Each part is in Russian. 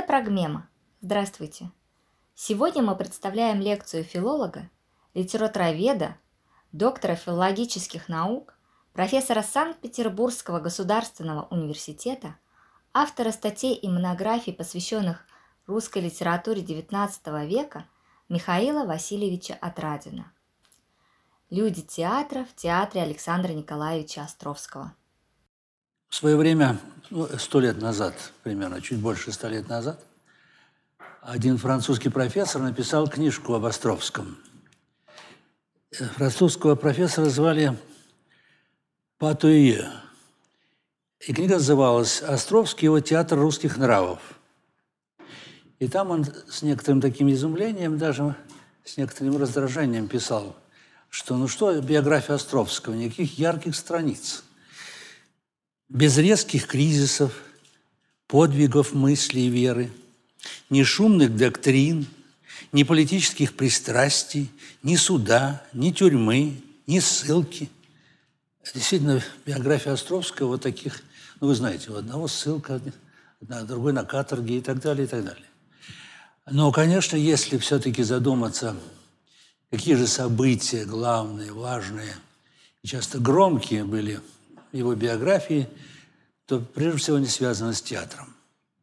Прогмема. Здравствуйте. Сегодня мы представляем лекцию филолога, литературоведа, доктора филологических наук, профессора Санкт-Петербургского государственного университета, автора статей и монографий, посвященных русской литературе XIX века, Михаила Васильевича Отрадина. Люди театра в театре Александра Николаевича Островского. В свое время, 100 лет назад, примерно, чуть больше 100 лет назад, один французский профессор написал книжку об Островском. Французского профессора звали Патуе. И книга называлась «Островский. Его театр русских нравов». И там он с некоторым таким изумлением, даже с некоторым раздражением писал, что биография Островского, никаких ярких страниц, без резких кризисов, подвигов мысли и веры, ни шумных доктрин, ни политических пристрастий, ни суда, ни тюрьмы, ни ссылки. Действительно, биография Островского вот таких, вы знаете, у одного ссылка, другой на каторге и так далее, и так далее. Но, конечно, если все-таки задуматься, какие же события главные, важные и часто громкие были в его биографии, то прежде всего они связаны с театром.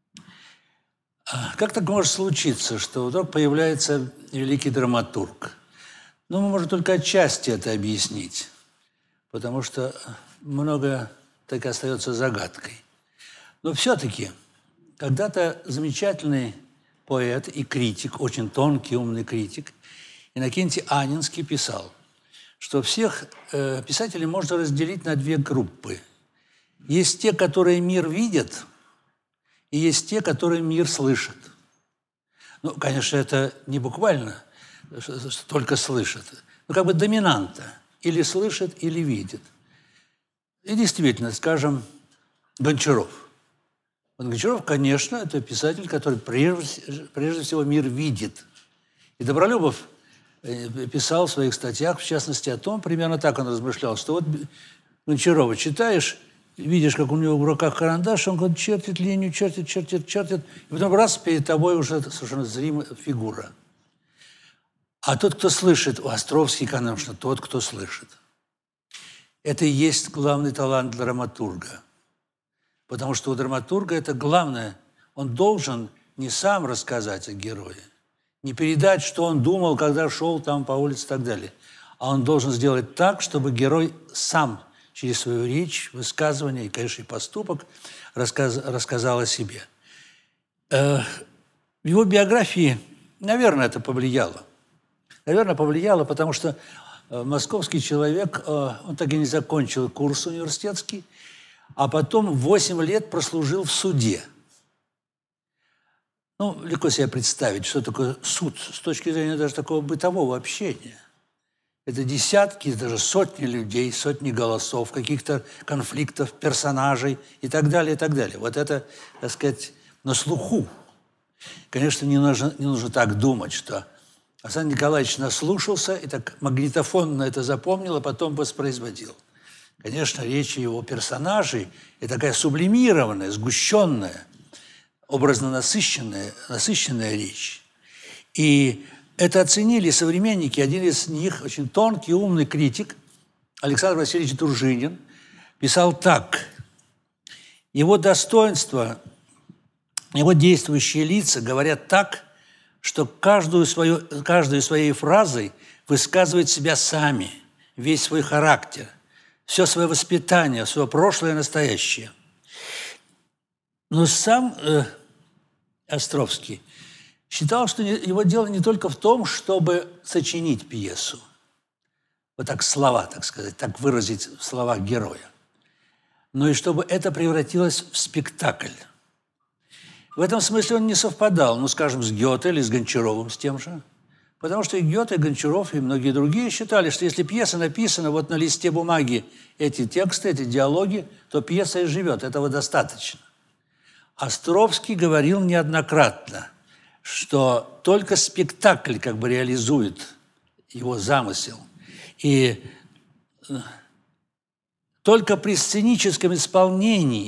Как так может случиться, что вдруг появляется великий драматург? Мы можем только отчасти это объяснить, потому что многое так и остается загадкой. Но все-таки когда-то замечательный поэт и критик, очень тонкий, умный критик, Иннокентий Анинский писал, что всех писателей можно разделить на две группы. Есть те, которые мир видят, и есть те, которые мир слышат. Конечно, это не буквально только слышат, доминанта. Или слышит, или видит. И действительно, скажем, Гончаров. Гончаров, конечно, это писатель, который прежде всего мир видит. И Добролюбов писал в своих статьях, в частности, о том, примерно так он размышлял, что Гончарова читаешь, видишь, как у него в руках карандаш, он чертит линию, чертит, и потом раз, перед тобой уже совершенно зримая фигура. А тот, кто слышит, Островский, конечно, тот, кто слышит. Это и есть главный талант драматурга. Потому что у драматурга это главное. Он должен не сам рассказать о герое, не передать, что он думал, когда шел там по улице и так далее. А он должен сделать так, чтобы герой сам через свою речь, высказывание и, конечно, и поступок рассказал о себе. В его биографии, наверное, это повлияло. Наверное, повлияло, потому что московский человек, он так и не закончил курс университетский, а потом 8 лет прослужил в суде. Легко себе представить, что такое суд с точки зрения даже такого бытового общения. Это десятки, даже сотни людей, сотни голосов, каких-то конфликтов, персонажей и так далее, и так далее. Вот это, так сказать, на слуху. Конечно, не нужно так думать, что Александр Николаевич наслушался и так магнитофонно это запомнил, а потом воспроизводил. Конечно, речь его персонажей – это такая сублимированная, сгущенная, образно насыщенная речь. И это оценили современники. Один из них, очень тонкий, умный критик, Александр Васильевич Дружинин, писал так. Его достоинства, его действующие лица говорят так, что каждую своей фразой высказывают себя сами, весь свой характер, все свое воспитание, свое прошлое и настоящее. Но сам Островский считал, что его дело не только в том, чтобы сочинить пьесу, вот так слова, так сказать, так выразить в словах героя, но и чтобы это превратилось в спектакль. В этом смысле он не совпадал, скажем, с Гёте или с Гончаровым, с тем же. Потому что и Гёте, и Гончаров, и многие другие считали, что если пьеса написана на листе бумаги, эти тексты, эти диалоги, то пьеса и живет, этого достаточно. Островский говорил неоднократно, что только спектакль реализует его замысел. И только при сценическом исполнении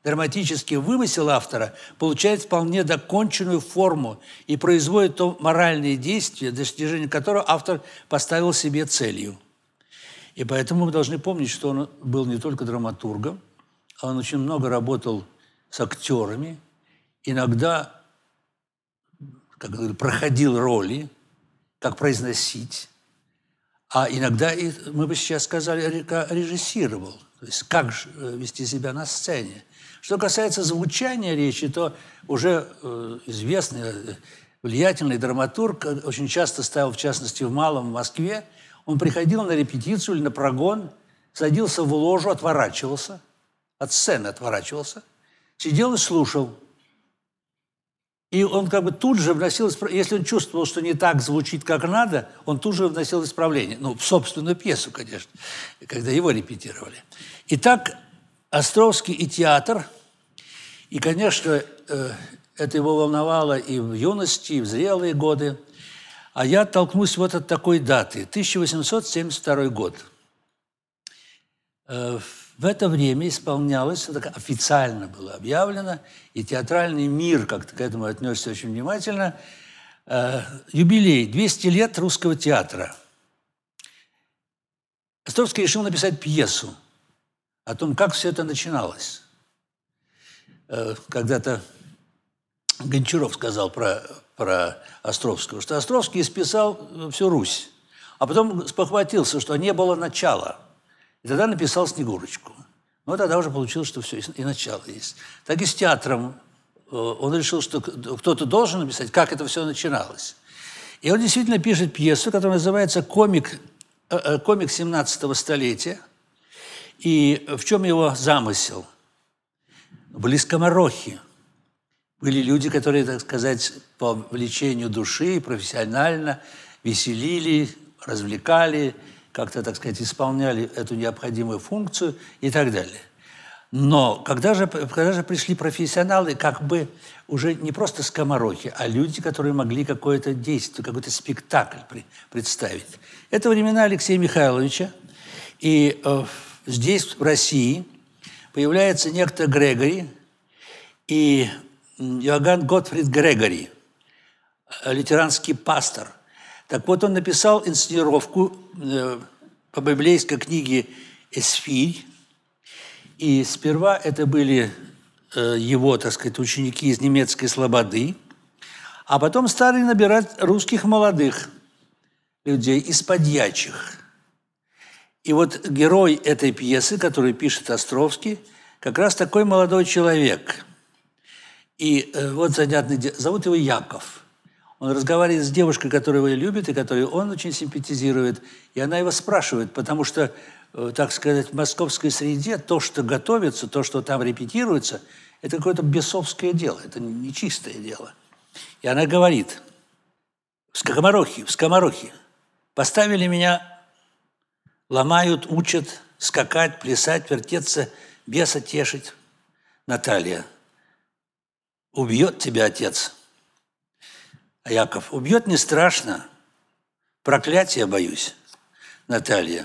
Драматический вымысел автора получает вполне доконченную форму и производит то моральные действия, достижение которого автор поставил себе целью. И поэтому мы должны помнить, что он был не только драматургом, а он очень много работал с актерами, иногда, как говорят, проходил роли, как произносить, а иногда, мы бы сейчас сказали, режиссировал, то есть как вести себя на сцене. Что касается звучания речи, то уже известный, влиятельный драматург очень часто ставил, в частности, в Малом, в Москве, он приходил на репетицию или на прогон, садился в ложу, отворачивался, от сцены отворачивался, сидел и слушал. И он как бы тут же вносил исправление. Если он чувствовал, что не так звучит, как надо, он тут же вносил исправление. Ну, в собственную пьесу, конечно, когда его репетировали. Итак, Островский и театр. И, конечно, это его волновало и в юности, и в зрелые годы. А я оттолкнусь вот от такой даты. 1872 год. В это время исполнялось, это официально было объявлено, и театральный мир как-то к этому отнесся очень внимательно, юбилей, 200 лет русского театра. Островский решил написать пьесу о том, как все это начиналось. Когда-то Гончаров сказал про Островского, что Островский исписал всю Русь, а потом спохватился, что не было начала. И тогда написал «Снегурочку». Ну, тогда уже получилось, что все, и начало есть. Так и с театром. Он решил, что кто-то должен написать, как это все начиналось. И он действительно пишет пьесу, которая называется «Комик 17-го столетия». И в чем его замысел? Были скоморохи. Были люди, которые, так сказать, по влечению души, профессионально веселили, развлекали, как-то, так сказать, исполняли эту необходимую функцию и так далее. Но когда же пришли профессионалы, как бы уже не просто скоморохи, а люди, которые могли какое-то действие, какой-то спектакль представить. Это времена Алексея Михайловича. И здесь, в России, появляется некто Грегори и Иоганн Готфрид Грегори, лютеранский пастор. Так вот, он написал инсценировку по библейской книге «Эсфирь». И сперва это были его, так сказать, ученики из немецкой слободы, а потом стали набирать русских молодых людей из подьячих. И вот герой этой пьесы, которую пишет Островский, как раз такой молодой человек. И вот занятный, зовут его Яков. Он разговаривает с девушкой, которую его любит, и которой он очень симпатизирует. И она его спрашивает, потому что, так сказать, в московской среде то, что готовится, то, что там репетируется, это какое-то бесовское дело, это нечистое дело. И она говорит: в скоморохи, поставили меня, ломают, учат скакать, плясать, вертеться, беса тешить. Наталья: убьет тебя отец. А Яков: убьет не страшно, проклятия боюсь. Наталья: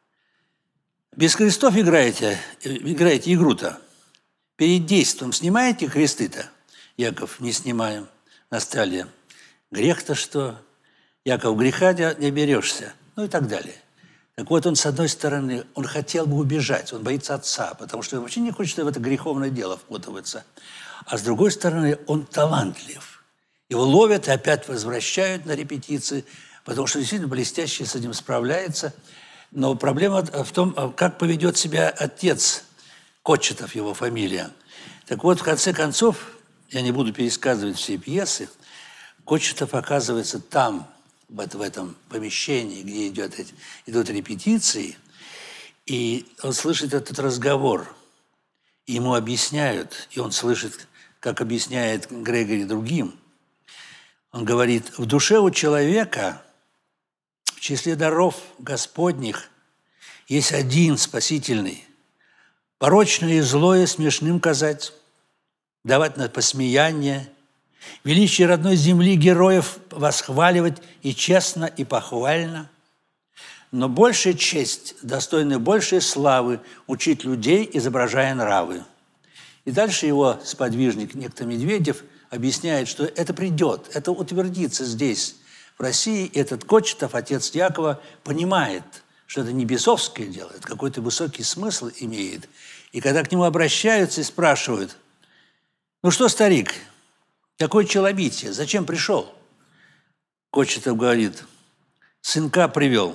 без крестов играете игру-то? Перед действием снимаете кресты-то? Яков: не снимаем. Наталья: грех-то что? Яков: греха не берешься. Ну и так далее. Так вот, он, с одной стороны, он хотел бы убежать, он боится отца, потому что он вообще не хочет в это греховное дело впутываться. А с другой стороны, он талантлив. Его ловят и опять возвращают на репетиции, потому что действительно блестяще с этим справляется. Но проблема в том, как поведет себя отец, Кочетов его фамилия. Так вот, в конце концов, я не буду пересказывать все пьесы, Кочетов оказывается там, в этом помещении, где идут репетиции, и он слышит этот разговор. И ему объясняют, и он слышит, как объясняет Грегори другим. Он говорит: в душе у человека, в числе даров Господних, есть один спасительный. Порочное и злое смешным казать, давать на посмеяние, величие родной земли героев восхваливать и честно, и похвально. Но большая честь, достойная большей славы, учить людей, изображая нравы. И дальше его сподвижник, некто Медведев, объясняет, что это придет, это утвердится здесь, в России. Этот Кочетов, отец Якова, понимает, что это не бесовское дело, это какой-то высокий смысл имеет. И когда к нему обращаются и спрашивают: ну что, старик, какое челобитие, зачем пришел? Кочетов говорит: сынка привел,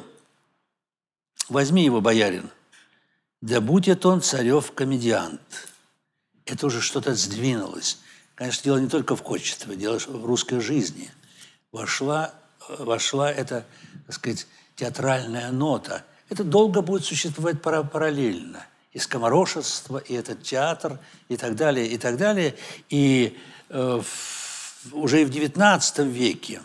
возьми его, боярин, да будет он царев комедиант. Это уже что-то сдвинулось. Конечно, дело не только в Кочетове, дело в русской жизни. Вошла эта, так сказать, театральная нота. Это долго будет существовать параллельно. И скоморошество, и этот театр, и так далее, и так далее. И уже и в XIX веке,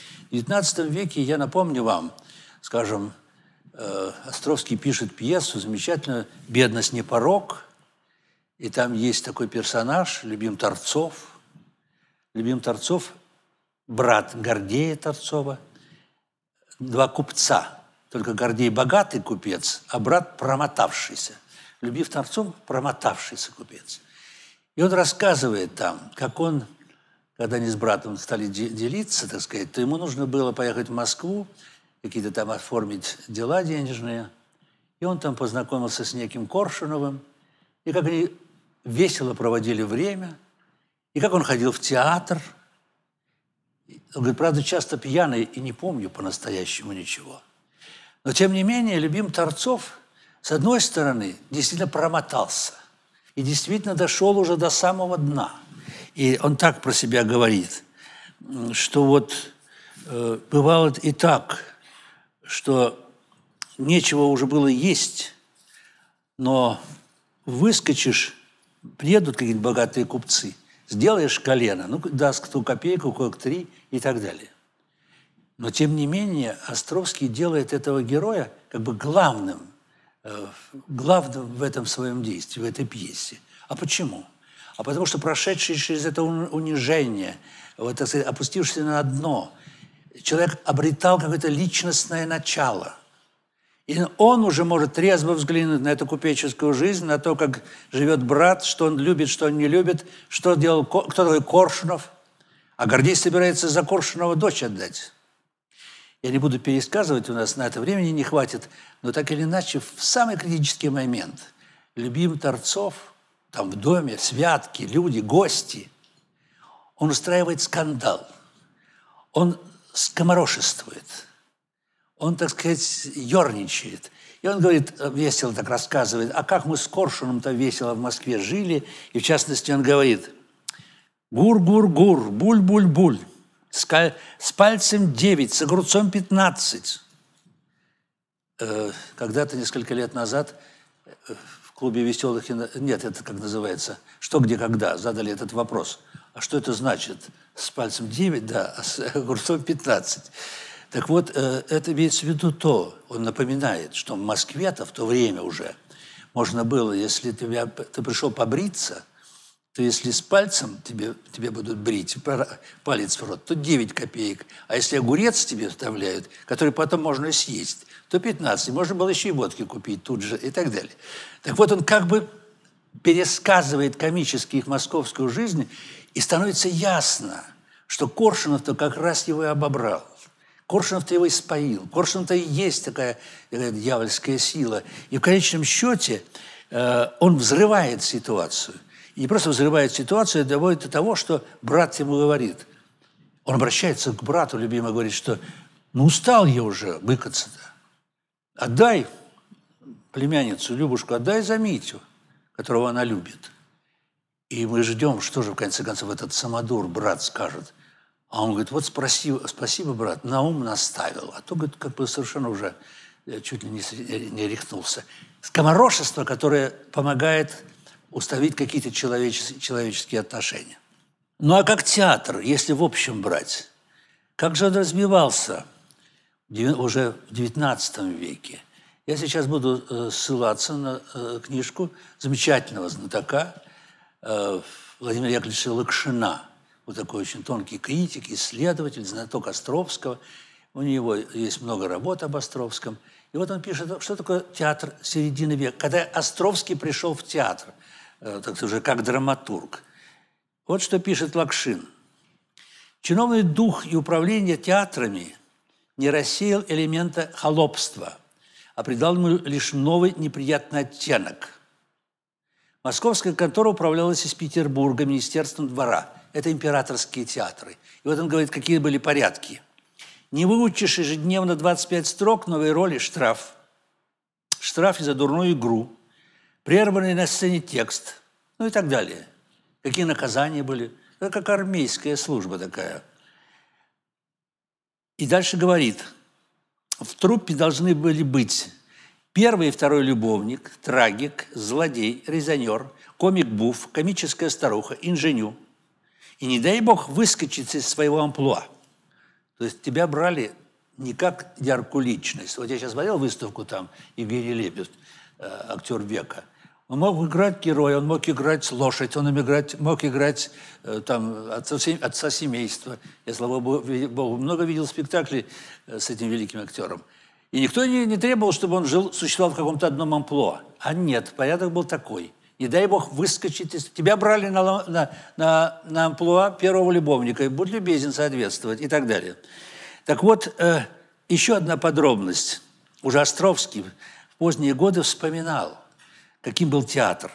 я напомню вам, скажем, Островский пишет пьесу замечательную «Бедность не порок», и там есть такой персонаж Любим Торцов. Любим Торцов – брат Гордея Торцова, два купца. Только Гордей – богатый купец, а брат – промотавшийся. Любим Торцов – промотавшийся купец. И он рассказывает там, как он, когда они с братом стали делиться, так сказать, то ему нужно было поехать в Москву, какие-то там оформить дела денежные. И он там познакомился с неким Коршуновым. И как они весело проводили время, и как он ходил в театр. Он говорит, правда, часто пьяный, и не помню по-настоящему ничего. Но, тем не менее, Любим Торцов, с одной стороны, действительно промотался. И действительно дошел уже до самого дна. И он так про себя говорит, что вот бывало и так, что нечего уже было есть, но выскочишь, приедут какие-нибудь богатые купцы, сделаешь колено, ну, даст кто копейку, кое-кто 3 и так далее. Но, тем не менее, Островский делает этого героя как бы главным в этом своем действии, в этой пьесе. А почему? А потому что прошедший через это унижение, вот, так сказать, опустившийся на дно, человек обретал какое-то личностное начало. И он уже может трезво взглянуть на эту купеческую жизнь, на то, как живет брат, что он любит, что он не любит, что делал, кто такой Коршунов. А Гордей собирается за Коршунова дочь отдать. Я не буду пересказывать, у нас на это времени не хватит, но так или иначе, в самый критический момент Любим Торцов, там в доме, святки, люди, гости, он устраивает скандал, он скоморошествует, он, так сказать, ерничает. И он говорит, весело так рассказывает, а как мы с Коршуном-то весело в Москве жили. И в частности он говорит, гур-гур-гур, буль-буль-буль, с пальцем 9, с огурцом 15. Когда-то, несколько лет назад, в клубе веселых... Нет, это как называется? «Что, где, когда?» Задали этот вопрос. А что это значит? С пальцем 9, да, а с огурцом 15. Так вот, это имеется в виду то, он напоминает, что в Москве-то в то время уже можно было, если ты пришел побриться, то если с пальцем тебе будут брить, палец в рот, то 9 копеек. А если огурец тебе вставляют, который потом можно съесть, то 15. Можно было еще и водки купить тут же и так далее. Так вот, он как бы пересказывает комически их московскую жизнь, и становится ясно, что Коршунов-то как раз его и обобрал. Коршунов-то его испоил. Коршунов-то и есть такая дьявольская сила. И в конечном счете он взрывает ситуацию. И не просто взрывает ситуацию, а доводит до того, что брат ему говорит. Он обращается к брату, любимый, говорит, что ну устал я уже быкаться-то. Отдай племянницу Любушку, отдай за Митю, которого она любит. И мы ждем, что же в конце концов этот самодур брат скажет. А он говорит, вот спасибо, брат, на ум наставил. А то, говорит, как бы совершенно уже чуть ли не рехнулся. Скоморошество, которое помогает установить какие-то человеческие отношения. Ну а как театр, если в общем брать? Как же он развивался уже в XIX веке? Я сейчас буду ссылаться на книжку замечательного знатока Владимира Яковлевича Лакшина. Вот такой очень тонкий критик, исследователь, знаток Островского. У него есть много работ об Островском. И вот он пишет, что такое театр середины века. Когда Островский пришел в театр, так сказать, уже как драматург. Вот что пишет Лакшин. «Чиновный дух и управление театрами не рассеял элемента холопства, а придал ему лишь новый неприятный оттенок. Московская контора управлялась из Петербурга Министерством двора. Это императорские театры. И вот он говорит, какие были порядки. Не выучишь ежедневно 25 строк, новой роли – штраф. Штраф за дурную игру, прерванный на сцене текст, ну и так далее. Какие наказания были. Это как армейская служба такая. И дальше говорит, в труппе должны были быть первый и второй любовник, трагик, злодей, резонер, комик-буф, комическая старуха, инженю. И не дай бог выскочить из своего амплуа. То есть тебя брали не как яркую личность. Вот я сейчас смотрел выставку там, Евгений Лебедь, актер века. Он мог играть героя, он мог играть лошадь, он мог играть там, отца семейства. Я, слава богу, много видел спектаклей с этим великим актером. И никто не требовал, чтобы он существовал в каком-то одном амплуа. А нет, порядок был такой. Не дай бог выскочить из... Тебя брали на амплуа первого любовника, и будь любезен соответствовать, и так далее. Так вот, еще одна подробность. Уже Островский в поздние годы вспоминал, каким был театр.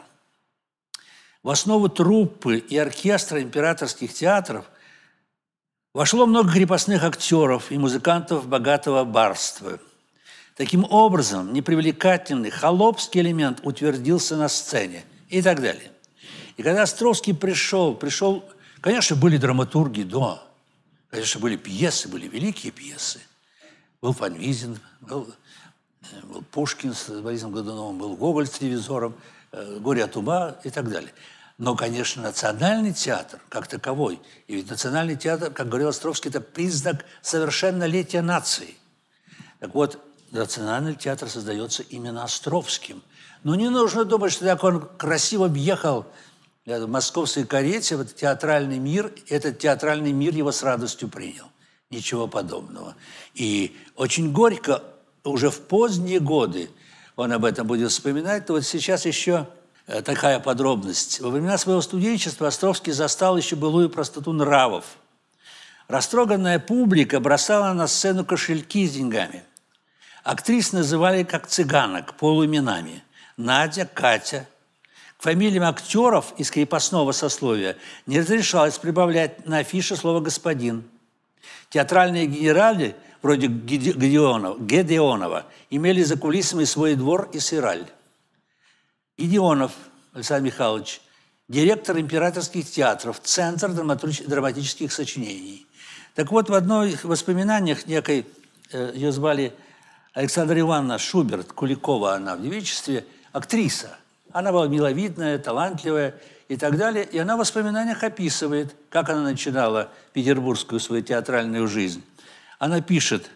В основу труппы и оркестра императорских театров вошло много крепостных актеров и музыкантов богатого барства. Таким образом, непривлекательный холопский элемент утвердился на сцене и так далее. И когда Островский пришел, конечно, были драматурги, да, конечно, были пьесы, были великие пьесы. Был Фанвизин, был Пушкин с Борисом Годуновым, был Гоголь с ревизором, «Горе от ума» и так далее. Но, конечно, национальный театр как таковой, и ведь национальный театр, как говорил Островский, это признак совершеннолетия нации. Так вот, национальный театр создается именно Островским. Но не нужно думать, что так он красиво въехал в московской карете в этот театральный мир, и этот театральный мир его с радостью принял. Ничего подобного. И очень горько уже в поздние годы он об этом будет вспоминать. То вот сейчас еще такая подробность. Во времена своего студенчества Островский застал еще былую простоту нравов. Растроганная публика бросала на сцену кошельки с деньгами. Актрис называли как цыганок, полуименами. Надя, Катя. К фамилиям актеров из крепостного сословия не разрешалось прибавлять на афише слово «господин». Театральные генералы, вроде Гедеонова, имели за кулисами свой двор и сыраль. Гедеонов Александр Михайлович, директор императорских театров, центр драматических сочинений. Так вот, в одной из воспоминаниях некой, ее звали Александра Ивановна Шуберт, Куликова она в девичестве, актриса. Она была миловидная, талантливая и так далее. И она в воспоминаниях описывает, как она начинала петербургскую свою театральную жизнь. Она пишет,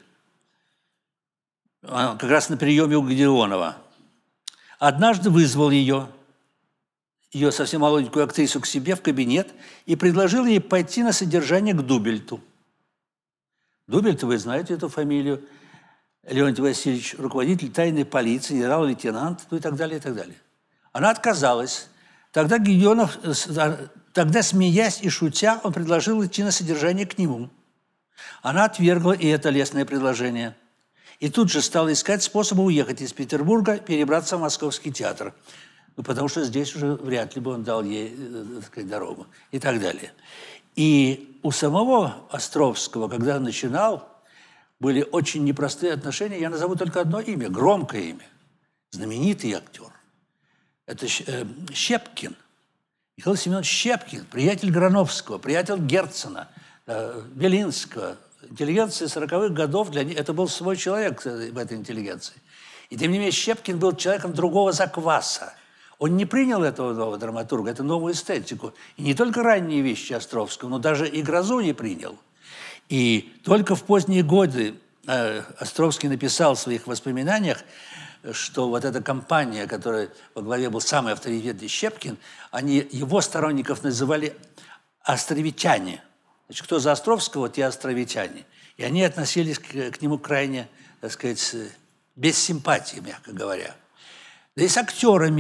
как раз на приеме у Гедеонова. Однажды вызвал ее совсем молоденькую актрису, к себе в кабинет и предложил ей пойти на содержание к Дубельту. Дубельт, вы знаете эту фамилию, Леонтий Васильевич, руководитель тайной полиции, генерал-лейтенант, ну и так далее, и так далее. Она отказалась. Тогда Гедеонов, смеясь и шутя, он предложил идти на содержание к нему. Она отвергла и это лестное предложение. И тут же стала искать способы уехать из Петербурга, перебраться в Московский театр. Ну, потому что здесь уже вряд ли бы он дал ей, так сказать, дорогу. И так далее. И у самого Островского, когда он начинал, были очень непростые отношения. Я назову только одно имя, громкое имя. Знаменитый актер. Это Щепкин. Михаил Семенович Щепкин, приятель Грановского, приятель Герцена, Белинского. Интеллигенция 40-х годов, это был свой человек в этой интеллигенции. И тем не менее Щепкин был человеком другого закваса. Он не принял этого нового драматурга, эту новую эстетику. И не только ранние вещи Островского, но даже и «Грозу» не принял. И только в поздние годы Островский написал в своих воспоминаниях, что вот эта компания, которая во главе был самый авторитетный Щепкин, они его сторонников называли островитяне. Значит, кто за Островского, те островитяне. И они относились к нему крайне, так сказать, без симпатии, мягко говоря. Да и с актерами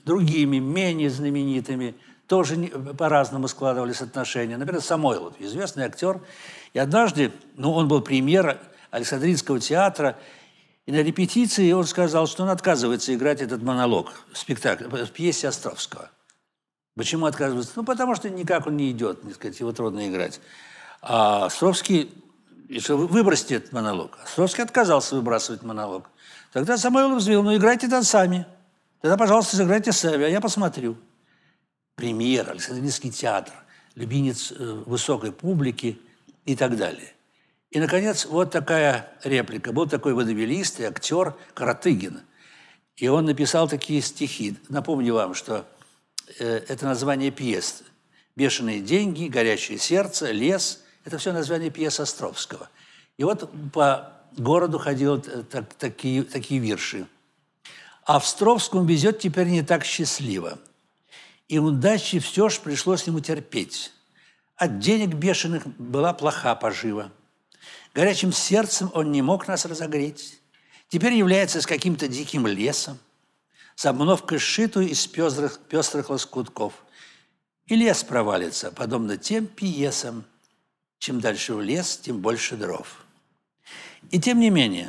другими, менее знаменитыми, тоже по-разному складывались отношения. Например, Самойлов, известный актер. И однажды, он был премьер Александринского театра, и на репетиции он сказал, что он отказывается играть этот монолог в пьесе Островского. Почему отказывается? Потому что никак он не идет, его трудно играть. А Островский, что выбросьте этот монолог. Островский отказался выбрасывать монолог. Тогда Самойлов заявил, играйте там сами. Тогда, пожалуйста, сыграйте сами, а я посмотрю. Премьер, Александринский театр, любимец высокой публики и так далее. И, наконец, вот такая реплика. Был такой водевилист и актер Каратыгин. И он написал такие стихи. Напомню вам, что это название пьес. «Бешеные деньги», «Горячее сердце», «Лес» – это все название пьес Островского. И вот по городу ходили такие вирши. «А Островскому везет теперь не так счастливо. И удачи все ж пришлось ему терпеть. От денег бешеных была плоха пожива. Горячим сердцем он не мог нас разогреть. Теперь является с каким-то диким лесом, с обновкой сшитую из пестрых лоскутков. И лес провалится, подобно тем пьесам. Чем дальше в лес, тем больше дров». И тем не менее,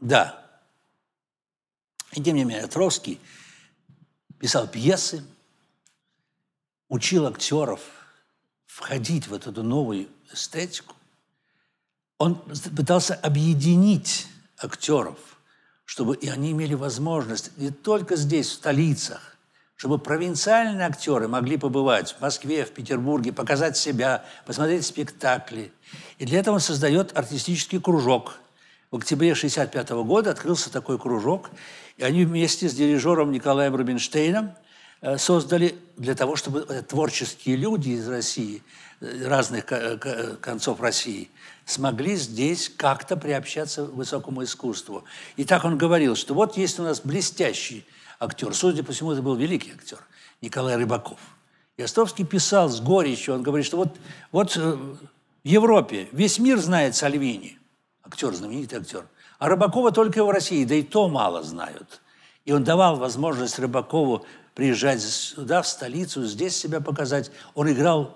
Островский писал пьесы, учил актеров входить в эту новую эстетику. Он пытался объединить актеров, чтобы и они имели возможность не только здесь, в столицах, чтобы провинциальные актеры могли побывать в Москве, в Петербурге, показать себя, посмотреть спектакли. И для этого он создает артистический кружок. В октябре 1965 года открылся такой кружок, и они вместе с дирижером Николаем Рубинштейном создали для того, чтобы творческие люди из России, разных концов России, смогли здесь как-то приобщаться к высокому искусству. И так он говорил, что вот есть у нас блестящий актер, судя по всему, это был великий актер, Николай Рыбаков. И Островский писал с горечью, он говорит, что вот в Европе весь мир знает Сальвини, актер, знаменитый актер, а Рыбакова только в России, да и то мало знают. И он давал возможность Рыбакову приезжать сюда, в столицу, здесь себя показать. Он играл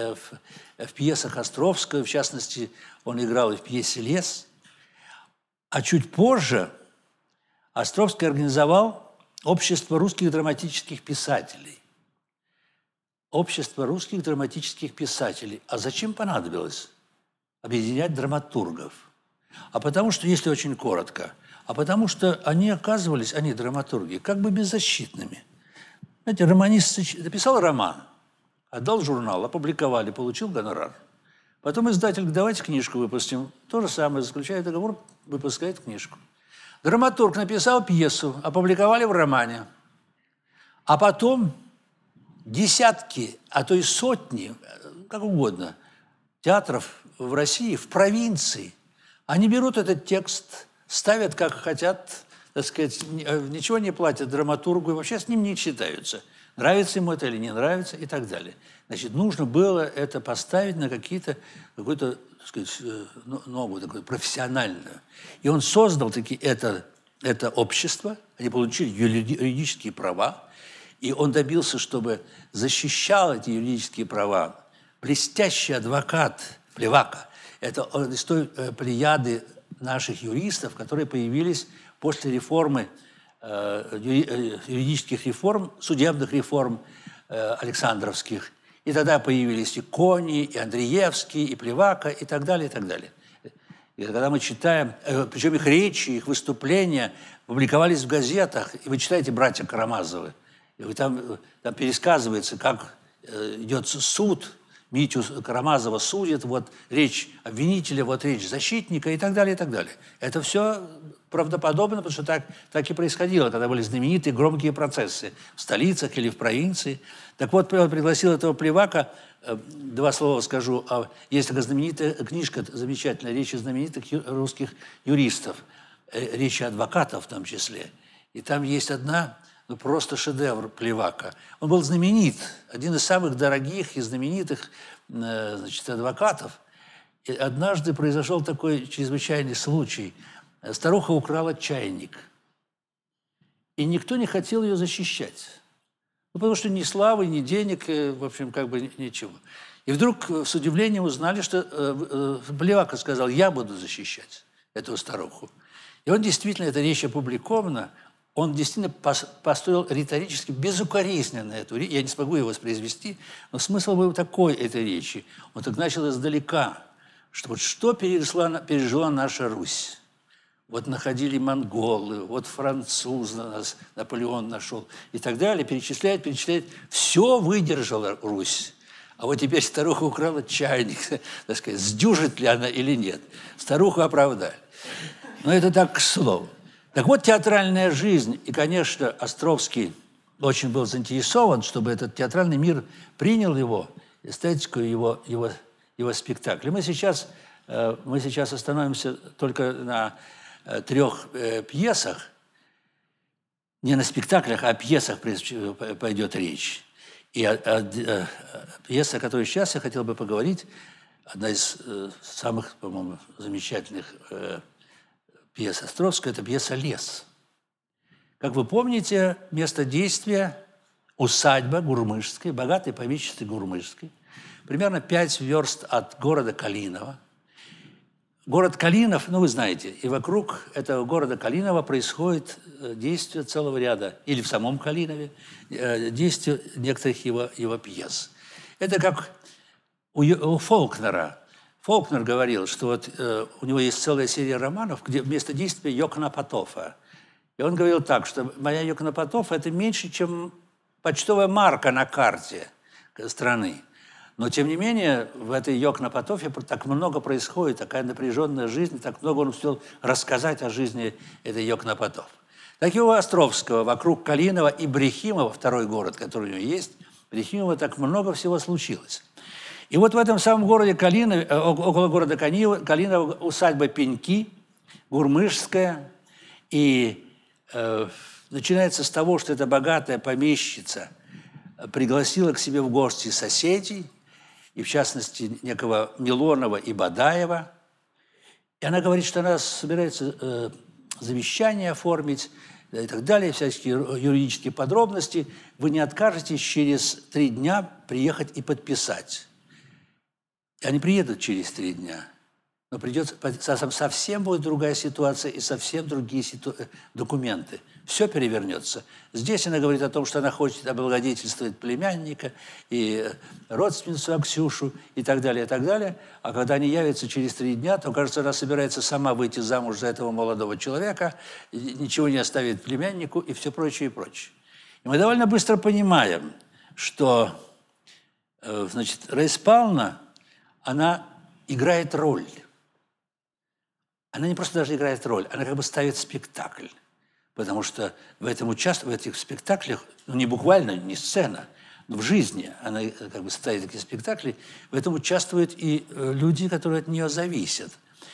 в пьесах Островского, в частности, он играл и в пьесе «Лес». А чуть позже Островский организовал Общество русских драматических писателей. Общество русских драматических писателей. А зачем понадобилось объединять драматургов? А потому что, если очень коротко, потому что они оказывались, драматурги, как бы беззащитными. Знаете, романист написал роман, отдал в журнал, опубликовали, получил гонорар. Потом издатель говорит, давайте книжку выпустим. То же самое, заключает договор, выпускает книжку. Драматург написал пьесу, опубликовали в романе. А потом десятки, а то и сотни, как угодно, театров в России, в провинции, они берут этот текст, ставят как хотят, так сказать, ничего не платят драматургу, и вообще с ним не считаются. Нравится ему это или не нравится, и так далее. Значит, нужно было это поставить на какую-то, так сказать, новую, такую профессиональную. И он создал это общество, они получили юридические права, и он добился, чтобы защищал эти юридические права блестящий адвокат Плевака. Это он из той плеяды наших юристов, которые появились после реформы, юридических реформ, судебных реформ Александровских. И тогда появились и Кони, и Андреевский, и Плевака, и так далее, и так далее. И когда мы читаем, причем их речи, их выступления публиковались в газетах, и вы читаете «Братья Карамазовы», и там пересказывается, как идет суд, Митю Карамазова судят, вот речь обвинителя, вот речь защитника и так далее, и так далее. Это все правдоподобно, потому что так и происходило, когда были знаменитые громкие процессы в столицах или в провинции. Так вот, он пригласил этого Плевака, два слова скажу, есть такая знаменитая книжка, замечательная, речи знаменитых русских юристов, речи адвокатов в том числе. И там есть одна... просто шедевр Плевака. Он был знаменит, один из самых дорогих и знаменитых адвокатов. И однажды произошел такой чрезвычайный случай. Старуха украла чайник, и никто не хотел ее защищать. Ну, потому что ни славы, ни денег, в общем, как бы ничего. И вдруг с удивлением узнали, что Блевака сказал: «Я буду защищать эту старуху». И он действительно, эта речь опубликована, он действительно построил риторически безукоризненно эту речь. Я не смогу ее воспроизвести, но смысл был такой этой речи. Он так начал издалека, что вот что пережила наша Русь. Вот находили монголы, вот французы нас Наполеон нашел и так далее. Перечисляет. Все выдержала Русь. А вот теперь старуха украла чайник. Так сказать, сдюжит ли она или нет. Старуху оправдали. Но это так к слову. Так вот, театральная жизнь. И, конечно, Островский очень был заинтересован, чтобы этот театральный мир принял его, эстетику его спектакля. Мы сейчас остановимся только на 3 пьесах. Не на спектаклях, а о пьесах пойдет речь. И пьеса, о которой сейчас я хотел бы поговорить, одна из самых, по-моему, замечательных пьес Островского, это пьеса «Лес». Как вы помните, место действия – усадьба Гурмышской, богатой помещицы Гурмышской, примерно 5 верст от города Калинова. Город Калинов, ну, вы знаете, и вокруг этого города Калинова происходит действие целого ряда, или в самом Калинове, действие некоторых его пьес. Это как у Фолкнера. Фолкнер говорил, что вот у него есть целая серия романов, где вместо действия Йокнапатофа. И он говорил так, что моя Йокнапатофа – это меньше, чем почтовая марка на карте страны. Но, тем не менее, в этой Йокнапатофе так много происходит, такая напряженная жизнь, так много он успел рассказать о жизни этой Йокнапатоф. Так и у Островского вокруг Калинова и Брехимова, второй город, который у него есть, Брехимова, так много всего случилось. И вот в этом самом городе Калинове, около города Калинова, усадьба Пеньки, Гурмышская, и начинается с того, что эта богатая помещица пригласила к себе в гости соседей, и в частности некого Милонова и Бадаева. И она говорит, что она собирается завещание оформить и так далее, всякие юридические подробности. Вы не откажетесь через 3 дня приехать и подписать. И они приедут через 3 дня. Но придется, совсем будет другая ситуация и совсем другие документы. Все перевернется. Здесь она говорит о том, что она хочет облагодетельствовать племянника и родственницу Аксюшу и так далее, и так далее. А когда они явятся через 3 дня, то, кажется, она собирается сама выйти замуж за этого молодого человека, ничего не оставит племяннику и все прочее, и прочее. И мы довольно быстро понимаем, что, значит, Раиса Павловна, она играет роль. Она не просто даже играет роль, она как бы ставит спектакль. Потому что в этих спектаклях, ну не буквально, не сцена, но в жизни она как бы ставит такие спектакли, в этом участвуют и люди, которые от нее зависят.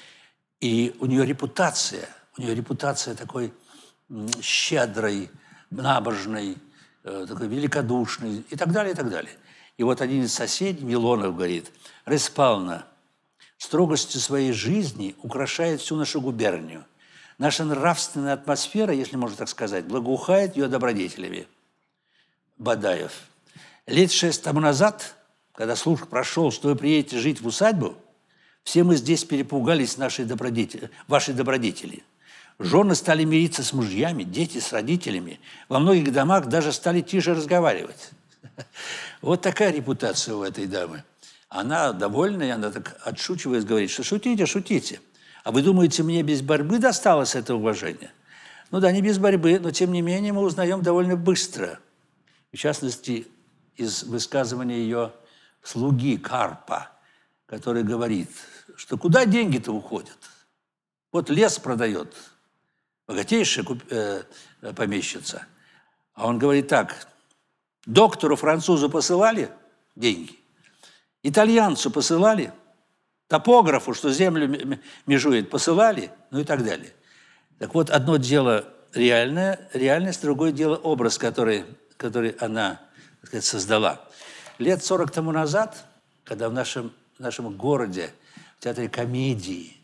И у нее репутация такой щедрой, набожной, такой великодушной и так далее, и так далее. И вот один из соседей, Милонов, говорит: «Раиса Павловна строгостью своей жизни украшает всю нашу губернию. Наша нравственная атмосфера, если можно так сказать, благоухает ее добродетелями». Бадаев: «Лет 6 тому назад, когда слух прошел, что вы приедете жить в усадьбу, все мы здесь перепугались вашей добродетели. Жены стали мириться с мужьями, дети с родителями. Во многих домах даже стали тише разговаривать». Вот такая репутация у этой дамы. Она довольная, она так отшучиваясь говорит, что шутите, шутите. А вы думаете, мне без борьбы досталось это уважение? Ну да, не без борьбы, но тем не менее мы узнаем довольно быстро. В частности, из высказывания ее слуги Карпа, который говорит, что куда деньги-то уходят? Вот лес продает богатейшая помещица. А он говорит так: доктору французу посылали деньги, итальянцу посылали, топографу, что землю межует, посылали, ну и так далее. Так вот, одно дело реальность, другое дело образ, который она, так сказать, создала. Лет 40 тому назад, когда в нашем городе, в театре комедии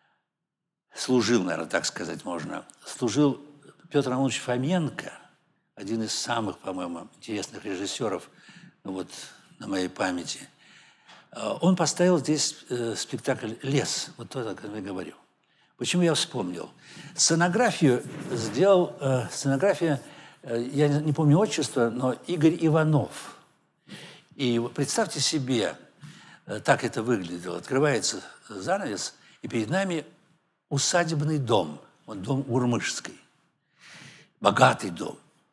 служил, наверное, так сказать можно, служил Петр Иванович Фоменко, один из самых, по-моему, интересных режиссеров вот, на моей памяти. Он поставил здесь спектакль «Лес», вот то, о котором я говорю. Почему я вспомнил? Сценографию сделал, я не помню отчество, но Игорь Иванов. И представьте себе, так это выглядело. Открывается занавес, и перед нами усадебный дом, вот дом Гурмышской. Богатый дом.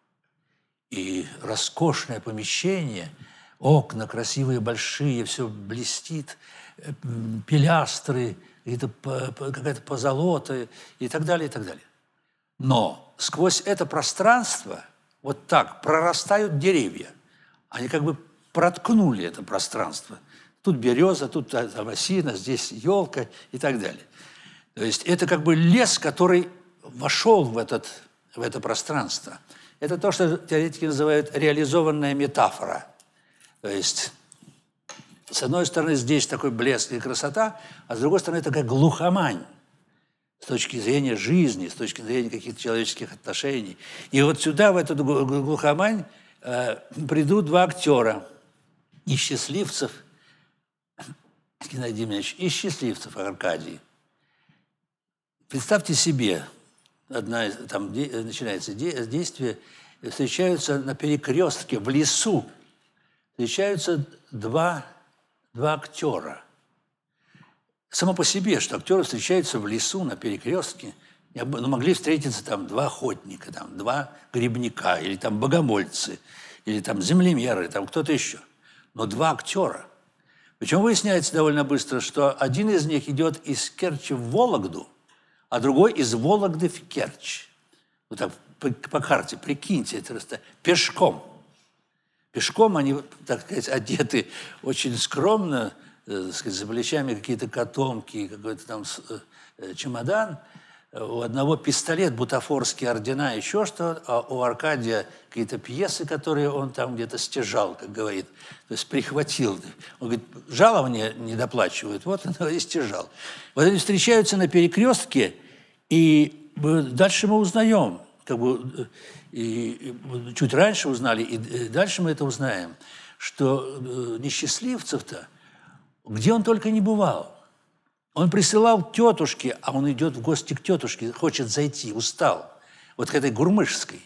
И роскошное помещение, окна красивые, большие, все блестит, пилястры, какая-то позолота и так далее, и так далее. Но сквозь это пространство вот так прорастают деревья. Они как бы проткнули это пространство. Тут береза, тут там осина, здесь елка и так далее. То есть это как бы лес, который вошел в это пространство. Это то, что теоретики называют реализованная метафора. То есть, с одной стороны, здесь такой блеск и красота, а с другой стороны, такая глухомань с точки зрения жизни, с точки зрения каких-то человеческих отношений. И вот сюда, в эту глухомань, придут два актера, и Счастливцев, Геннадий Демьянович, и Счастливцев Аркадий. Представьте себе, начинается действие, встречаются на перекрестке, в лесу, встречаются два актера. Само по себе, что актеры встречаются в лесу на перекрестке, могли встретиться там два охотника, там, два грибника, или там богомольцы, или там землемеры, там кто-то еще. Но два актера. Причем выясняется довольно быстро, что один из них идет из Керчи в Вологду, а другой из Вологды в Керчь. Вот так по карте, прикиньте, это пешком. Пешком они, так сказать, одеты очень скромно, так сказать, за плечами какие-то котомки, какой-то там чемодан. У одного пистолет, бутафорские ордена, еще что, а у Аркадия какие-то пьесы, которые он там где-то стяжал, как говорит, то есть прихватил. Он говорит, жалование не доплачивают, вот он и стяжал. Вот они встречаются на перекрестке, и дальше мы узнаем, как бы, и чуть раньше узнали, и дальше мы это узнаем, что Несчастливцев-то, где он только не бывал. Он присылал к тетушке, а он идет в гости к тетушке, хочет зайти, устал. Вот к этой Гурмышской.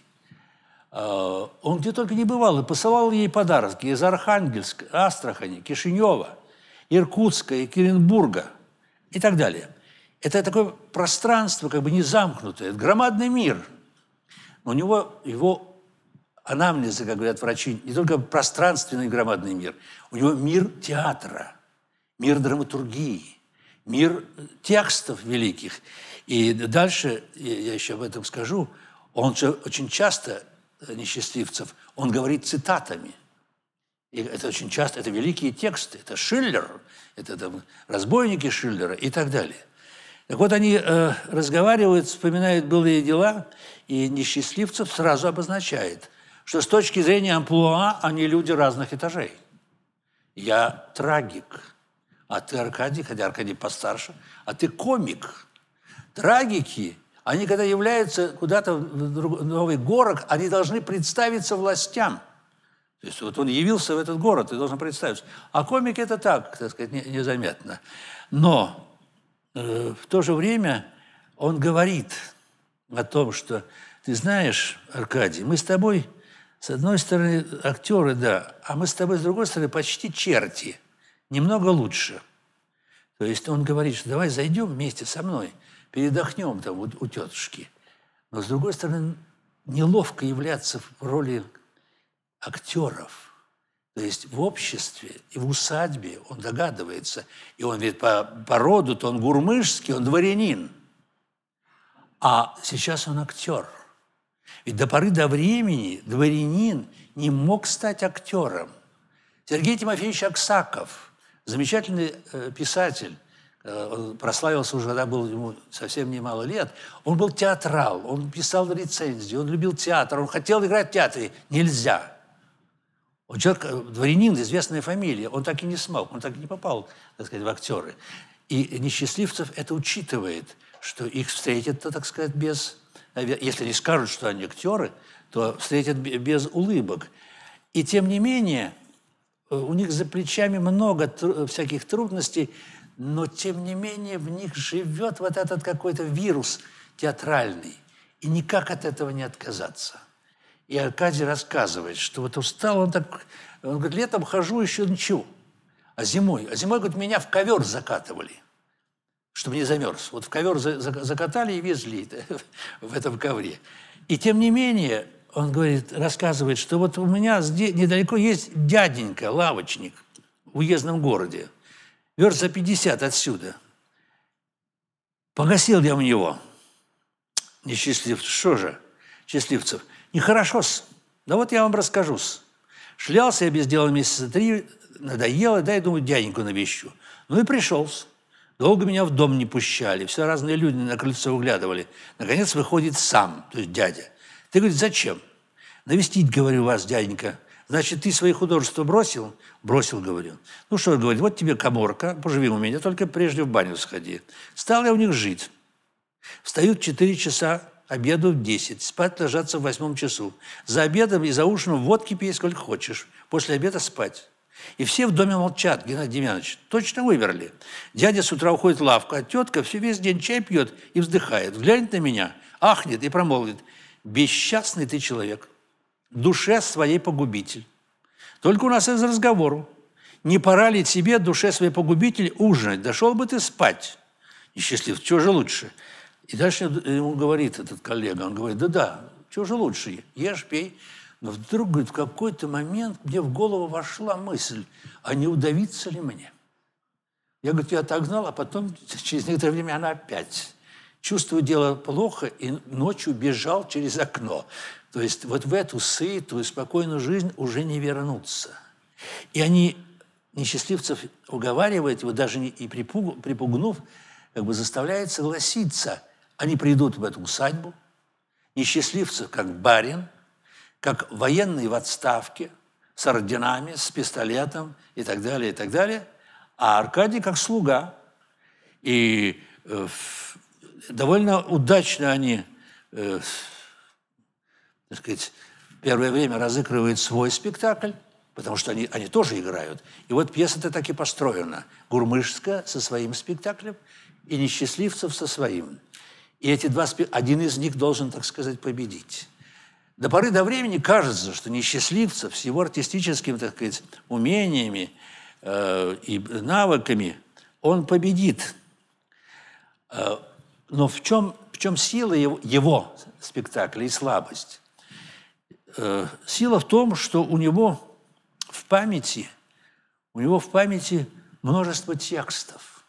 Он где только не бывал, и посылал ей подарки из Архангельска, Астрахани, Кишинева, Иркутска, Екатеринбурга и так далее. Это такое пространство, как бы не замкнутое, это громадный мир. Но у него его анамнезы, как говорят врачи, не только пространственный громадный мир, у него мир театра, мир драматургии, мир текстов великих. И дальше, я еще об этом скажу, он же очень часто, Несчастливцев, он говорит цитатами. И это очень часто, это великие тексты, это Шиллер, это там, разбойники Шиллера и так далее. Так вот, они разговаривают, вспоминают былые дела, и Несчастливцев сразу обозначает, что с точки зрения амплуа они люди разных этажей. Я трагик, а ты Аркадий, хотя Аркадий постарше, а ты комик. Трагики, они когда являются куда-то в новый город, они должны представиться властям. То есть вот он явился в этот город и должен представиться. А комик это так сказать, незаметно. Но в то же время он говорит о том, что ты знаешь, Аркадий, мы с тобой, с одной стороны, актеры, да, а мы с тобой, с другой стороны, почти черти. Немного лучше. То есть он говорит, что давай зайдем вместе со мной, передохнем там у тетушки. Но, с другой стороны, неловко являться в роли актеров. То есть в обществе и в усадьбе он догадывается. И он ведь по роду-то он гурмышский, он дворянин. А сейчас он актер. Ведь до поры до времени дворянин не мог стать актером. Сергей Тимофеевич Аксаков, замечательный писатель, он прославился уже, когда был ему совсем немало лет, он был театрал, он писал рецензии, он любил театр, он хотел играть в театре, нельзя. Он человек, дворянин, известная фамилия, он так и не смог, он так и не попал, так сказать, в актеры. И Несчастливцев это учитывает, что их встретят, так сказать, без... Если не скажут, что они актеры, то встретят без улыбок. И тем не менее, у них за плечами много всяких трудностей, но тем не менее в них живет вот этот какой-то вирус театральный. И никак от этого не отказаться. И Аркадий рассказывает, что вот устал он так... Он говорит, летом хожу еще ничего. А зимой, говорит, меня в ковер закатывали, чтобы не замерз. Вот в ковер закатали и везли в этом ковре. И тем не менее, он говорит, рассказывает, что вот у меня здесь недалеко есть дяденька, лавочник в уездном городе, верст за 50 отсюда. Погасил я у него. Несчастливцев. Что же, счастливцев? Нехорошо-с. Да вот я вам расскажу-с. Шлялся я без дела месяца 3, надоело, дай, думаю, дяденьку навещу. Ну и пришел-с. Долго меня в дом не пущали, все разные люди на крыльцо углядывали. Наконец выходит сам, то есть дядя. Ты, говорит, зачем? Навестить, говорю, вас, дяденька. Значит, ты свои художества бросил? Бросил, говорю. Ну что, говорит, вот тебе каморка, поживи у меня, только прежде в баню сходи. Стал я у них жить. Встают в 4 часа, обеду в 10, спать ложатся в 8 часу. За обедом и за ужином водки пей сколько хочешь, после обеда спать. И все в доме молчат, Геннадий Демьянович, точно вымерли. Дядя с утра уходит в лавку, а тетка все весь день чай пьет и вздыхает. Глянет на меня, ахнет и промолвит: «Бесчастный ты человек, душе своей погубитель. Только у нас из разговору. Не пора ли тебе, душе своей погубитель, ужинать? Дошел бы ты спать». Несчастлив, чего же лучше? И дальше ему говорит этот коллега, он говорит, да, чего же лучше, ешь, пей. Но вдруг, говорит, в какой-то момент мне в голову вошла мысль, а не удавиться ли мне? Я, говорит, ее отогнал, а потом через некоторое время она опять. Чувствую, дело плохо, и ночью бежал через окно. То есть вот в эту сытую, спокойную жизнь уже не вернуться. И они, несчастливцев, уговаривают его, даже и припугнув, как бы заставляет согласиться. Они придут в эту усадьбу, несчастливцев как барин, как военный в отставке, с орденами, с пистолетом и так далее, а Аркадий как слуга. И довольно удачно они, так сказать, первое время разыгрывают свой спектакль, потому что они тоже играют. И вот пьеса-то так и построена. Гурмышская со своим спектаклем и Несчастливцев со своим. И эти один из них должен, так сказать, победить. До поры до времени кажется, что Несчастливцев с его артистическими, так сказать, умениями и навыками он победит. Но в чем сила его спектакля и слабость? Сила в том, что у него в памяти множество текстов.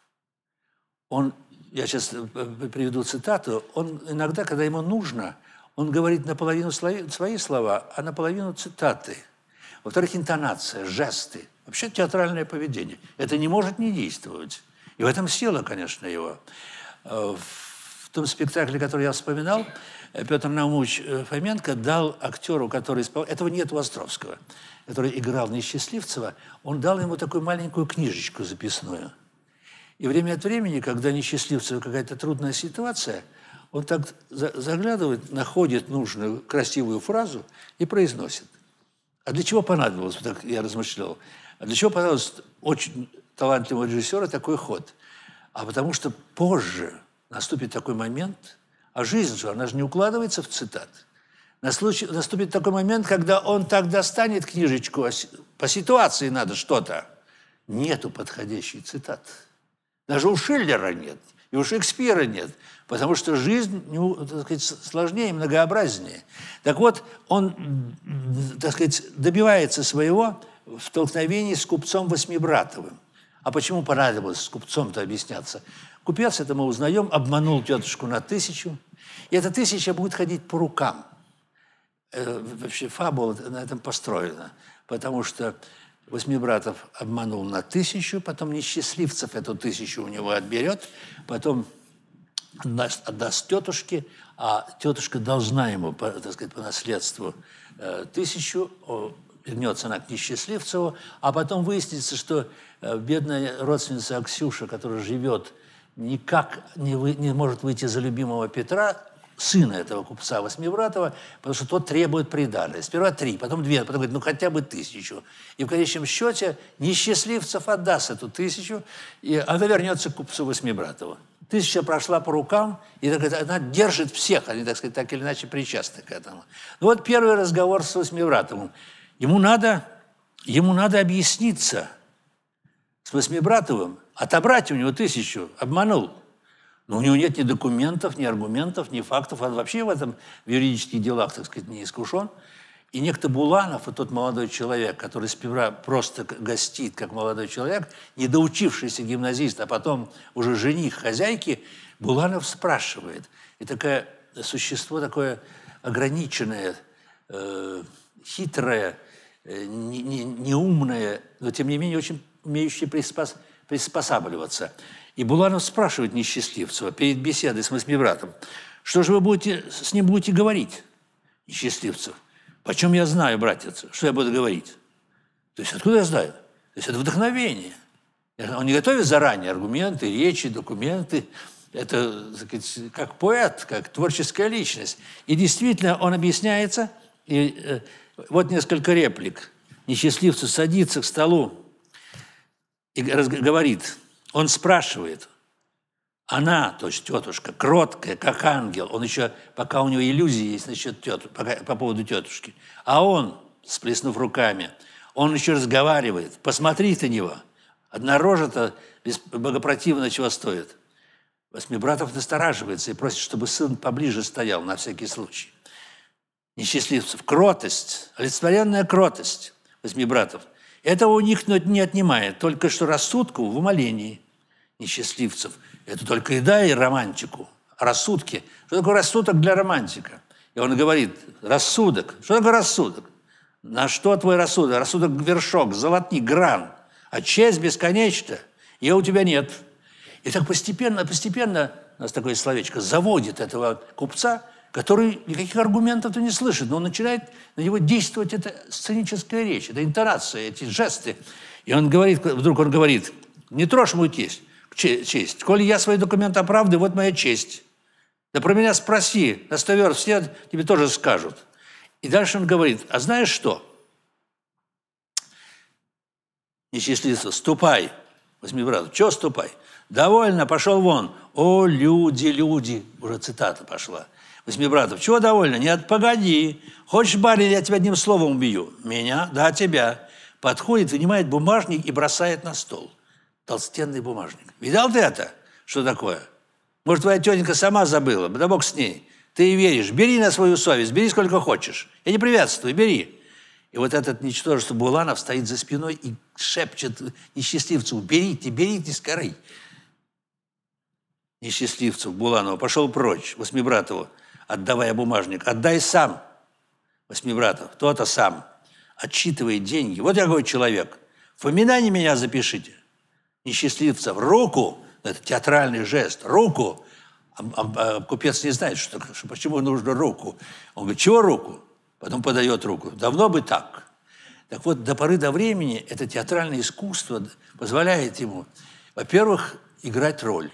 Я сейчас приведу цитату, он иногда, когда ему нужно, он говорит наполовину свои слова, а наполовину цитаты. Во-вторых, интонация, жесты, вообще театральное поведение. Это не может не действовать. И в этом сила, конечно, его. В том спектакле, который я вспоминал, Петр Наумович Фоменко дал актеру, который исполнял, этого нет у Островского, который играл Несчастливцева, он дал ему такую маленькую книжечку записную. И время от времени, когда Несчастливцева какая-то трудная ситуация, он так заглядывает, находит нужную красивую фразу и произносит. А для чего понадобилось, так я размышлял, а для чего понадобилось очень талантливого режиссера такой ход? А потому что позже наступит такой момент, а жизнь же, она же не укладывается в цитат. Наступит такой момент, когда он так достанет книжечку, по ситуации надо что-то. Нету подходящей цитаты. Даже у Шиллера нет, и у Шекспира нет, потому что жизнь, так сказать, сложнее и многообразнее. Так вот, он, так сказать, добивается своего в столкновении с купцом Восьмибратовым. А почему понадобилось с купцом-то объясняться? Купец, это мы узнаем, обманул тетушку на 1000, и эта 1000 будет ходить по рукам. Вообще фабула на этом построена, потому что Восьмибратов обманул на 1000, потом Несчастливцев эту 1000 у него отберет, потом отдаст тетушке, а тетушка должна ему, так сказать, по наследству 1000, вернется она к Несчастливцеву, а потом выяснится, что бедная родственница Аксюша, которая живет, никак не может выйти за любимого Петра, сына этого купца Восьмибратова, потому что тот требует приданое. Сперва 3, потом 2, потом говорит, ну хотя бы 1000. И в конечном счете несчастливцев отдаст эту 1000, и она вернется к купцу Восьмибратову. 1000 прошла по рукам, и она держит всех, они, так сказать, так или иначе причастны к этому. Ну вот первый разговор с Восьмибратовым. Ему надо объясниться с Восьмибратовым, отобрать у него 1000, обманул. Но у него нет ни документов, ни аргументов, ни фактов. Он вообще в юридических делах, так сказать, не искушен. И некто Буланов, вот тот молодой человек, который сперва просто гостит, как молодой человек, недоучившийся гимназист, а потом уже жених хозяйки, Буланов спрашивает. И такое существо, такое ограниченное, хитрое, неумное, но тем не менее очень умеющее приспосабливаться. И Буланов спрашивает Несчастливцева перед беседой с Восьмибратом, что же вы с ним будете говорить, Несчастливцев? Почем я знаю, братец, что я буду говорить? То есть откуда я знаю? То есть это вдохновение. Он не готовит заранее аргументы, речи, документы. Это, так сказать, как поэт, как творческая личность. И действительно он объясняется. И вот несколько реплик. Несчастливцев садится к столу и говорит. Он спрашивает. Она, то есть тетушка, кроткая, как ангел. Он еще, пока у него иллюзии есть насчет по поводу тетушки. А он, сплеснув руками, он еще разговаривает. Посмотри на него. Одна рожа-то богопротивно чего стоит. Восьмибратов настораживается и просит, чтобы сын поближе стоял на всякий случай. Несчастливцев. Кротость, олицетворенная кротость Восьмибратов. Этого у них не отнимает, только что рассудку в умолении Несчастливцев. Это только еда и романтику. О рассудке. Что такое рассудок для романтика? И он говорит, рассудок. Что такое рассудок? На что твой рассудок? Рассудок вершок, золотник, гран. А честь бесконечна, ее у тебя нет. И так постепенно, у нас такое словечко, заводит этого купца, который никаких аргументов-то не слышит, но он начинает на него действовать эта сценическая речь, эта интонация, эти жесты. И он говорит, вдруг он говорит, не трожь мою честь. Коли я свои документы оправдываю, вот моя честь. Да про меня спроси, на 100 верст все тебе тоже скажут. И дальше он говорит, а знаешь что? Несчастливец, ступай. Восьмибратов, чего ступай? Довольно, пошел вон. О, люди, уже цитата пошла. Восьмибратов, чего довольно? Нет, погоди. Хочешь, барин, я тебя одним словом убью? Меня? Да, тебя. Подходит, вынимает бумажник и бросает на стол. Толстенный бумажник. Видал ты это? Что такое? Может, твоя тетенька сама забыла? Да бог с ней. Ты и веришь. Бери на свою совесть, бери сколько хочешь. Я не приветствую, бери. И вот этот ничтожество Буланов стоит за спиной и шепчет Несчастливцеву, берите скорей. Несчастливцев Буланова пошел прочь, Восьмибратову, отдавая бумажник. Отдай сам, Восьмибратов, то-то сам. Отсчитывает деньги. Вот я какой человек. В поминание меня запишите. Несчастливцев, руку, это театральный жест, руку. А купец не знает, почему нужно руку. Он говорит, чего руку? Потом подает руку. Давно бы так. Так вот, до поры до времени это театральное искусство позволяет ему, во-первых, играть роль.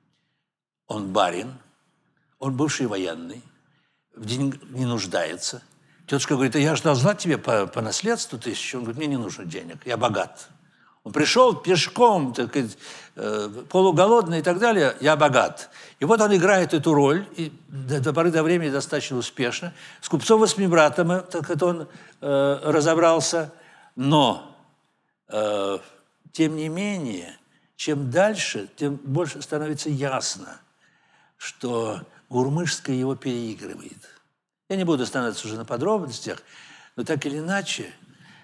Он барин, он бывший военный, в деньгах не нуждается. Тетушка говорит, я же должна тебе по наследству 1000. Он говорит, мне не нужно денег, я богат. Он пришел пешком, так сказать, полуголодный и так далее, я богат. И вот он играет эту роль, и до поры до времени достаточно успешно. С купцом Восьмибратом так это он разобрался. Но, тем не менее, чем дальше, тем больше становится ясно, что Гурмышская его переигрывает. Я не буду останавливаться уже на подробностях, но так или иначе,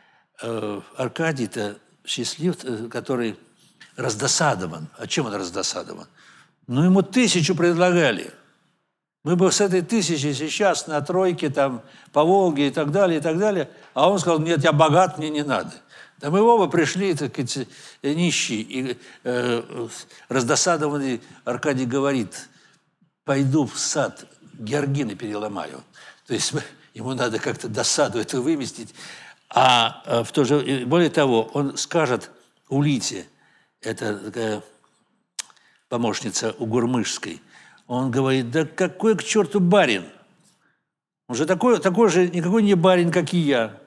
Аркадий-то счастлив, который раздосадован. А чем он раздосадован? Ну, ему 1000 предлагали. Мы бы с этой 1000 сейчас на тройке, там, по Волге и так далее, а он сказал, нет, я богат, мне не надо. Да мы оба пришли, так сказать, нищие. И раздосадованный Аркадий говорит, пойду в сад, георгины переломаю. То есть ему надо как-то досаду эту выместить. А более того, он скажет Улите, это такая помощница у Гурмышской, Он говорит: да какой к черту барин? Он же такой же, никакой не барин, как и я.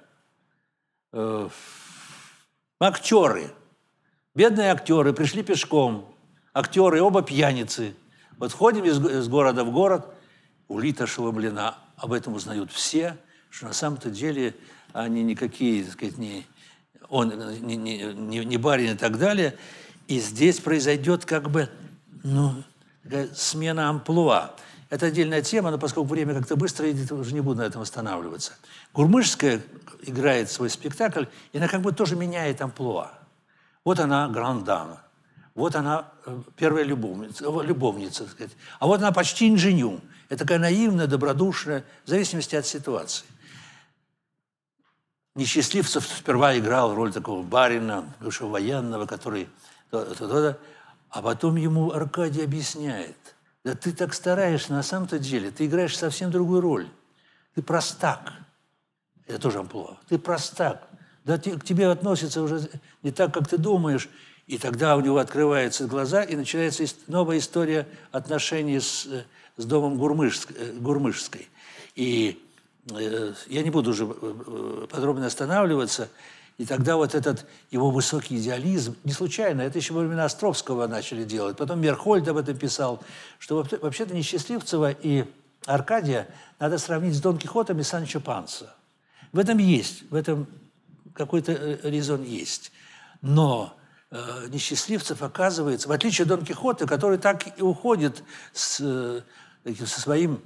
Актеры, бедные актеры, пришли пешком. Актеры, оба пьяницы. Вот ходим из города в город, улита ошеломлена. Об этом узнают все, что на самом-то деле они никакие, так сказать, не барин и так далее. И здесь произойдет как бы такая смена амплуа. Это отдельная тема, но поскольку время как-то быстро идет, уже не буду на этом останавливаться. Гурмышская играет свой спектакль, и она как бы тоже меняет амплуа. Вот она гранд-дама, вот она первая любовница, так сказать. А вот она почти инженю. Это такая наивная, добродушная, в зависимости от ситуации. Несчастливцев сперва играл роль такого барина, бывшего военного, который... А потом ему Аркадий объясняет: да ты так стараешься, на самом-то деле ты играешь совсем другую роль. Ты простак. Это тоже амплуа. Ты простак. Да к тебе относятся уже не так, как ты думаешь. И тогда у него открываются глаза, и начинается новая история отношений с домом Гурмышской. И я не буду уже подробно останавливаться. И тогда вот этот его высокий идеализм, не случайно, это еще во времена Островского начали делать. Потом Мерхольд об этом писал, что вообще-то Несчастливцева и Аркадия надо сравнить с Дон Кихотом и Санчо Панса. В этом есть, в этом какой-то резон есть. Но Несчастливцев, оказывается, в отличие от Дон Кихота, который так и уходит со своим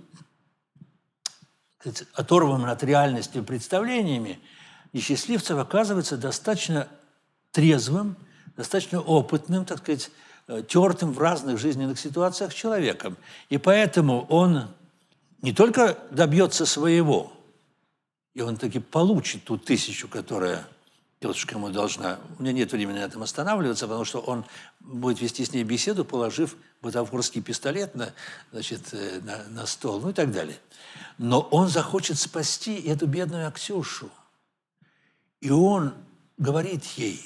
оторванным от реальности представлениями, Несчастливцев оказывается достаточно трезвым, достаточно опытным, так сказать, тертым в разных жизненных ситуациях человеком. И поэтому он не только добьется своего, и он таки получит ту 1000, которая тетушка ему должна. У меня нет времени на этом останавливаться, потому что он будет вести с ней беседу, положив бутафорский пистолет на стол, ну и так далее. Но он захочет спасти эту бедную Аксюшу. И он говорит ей,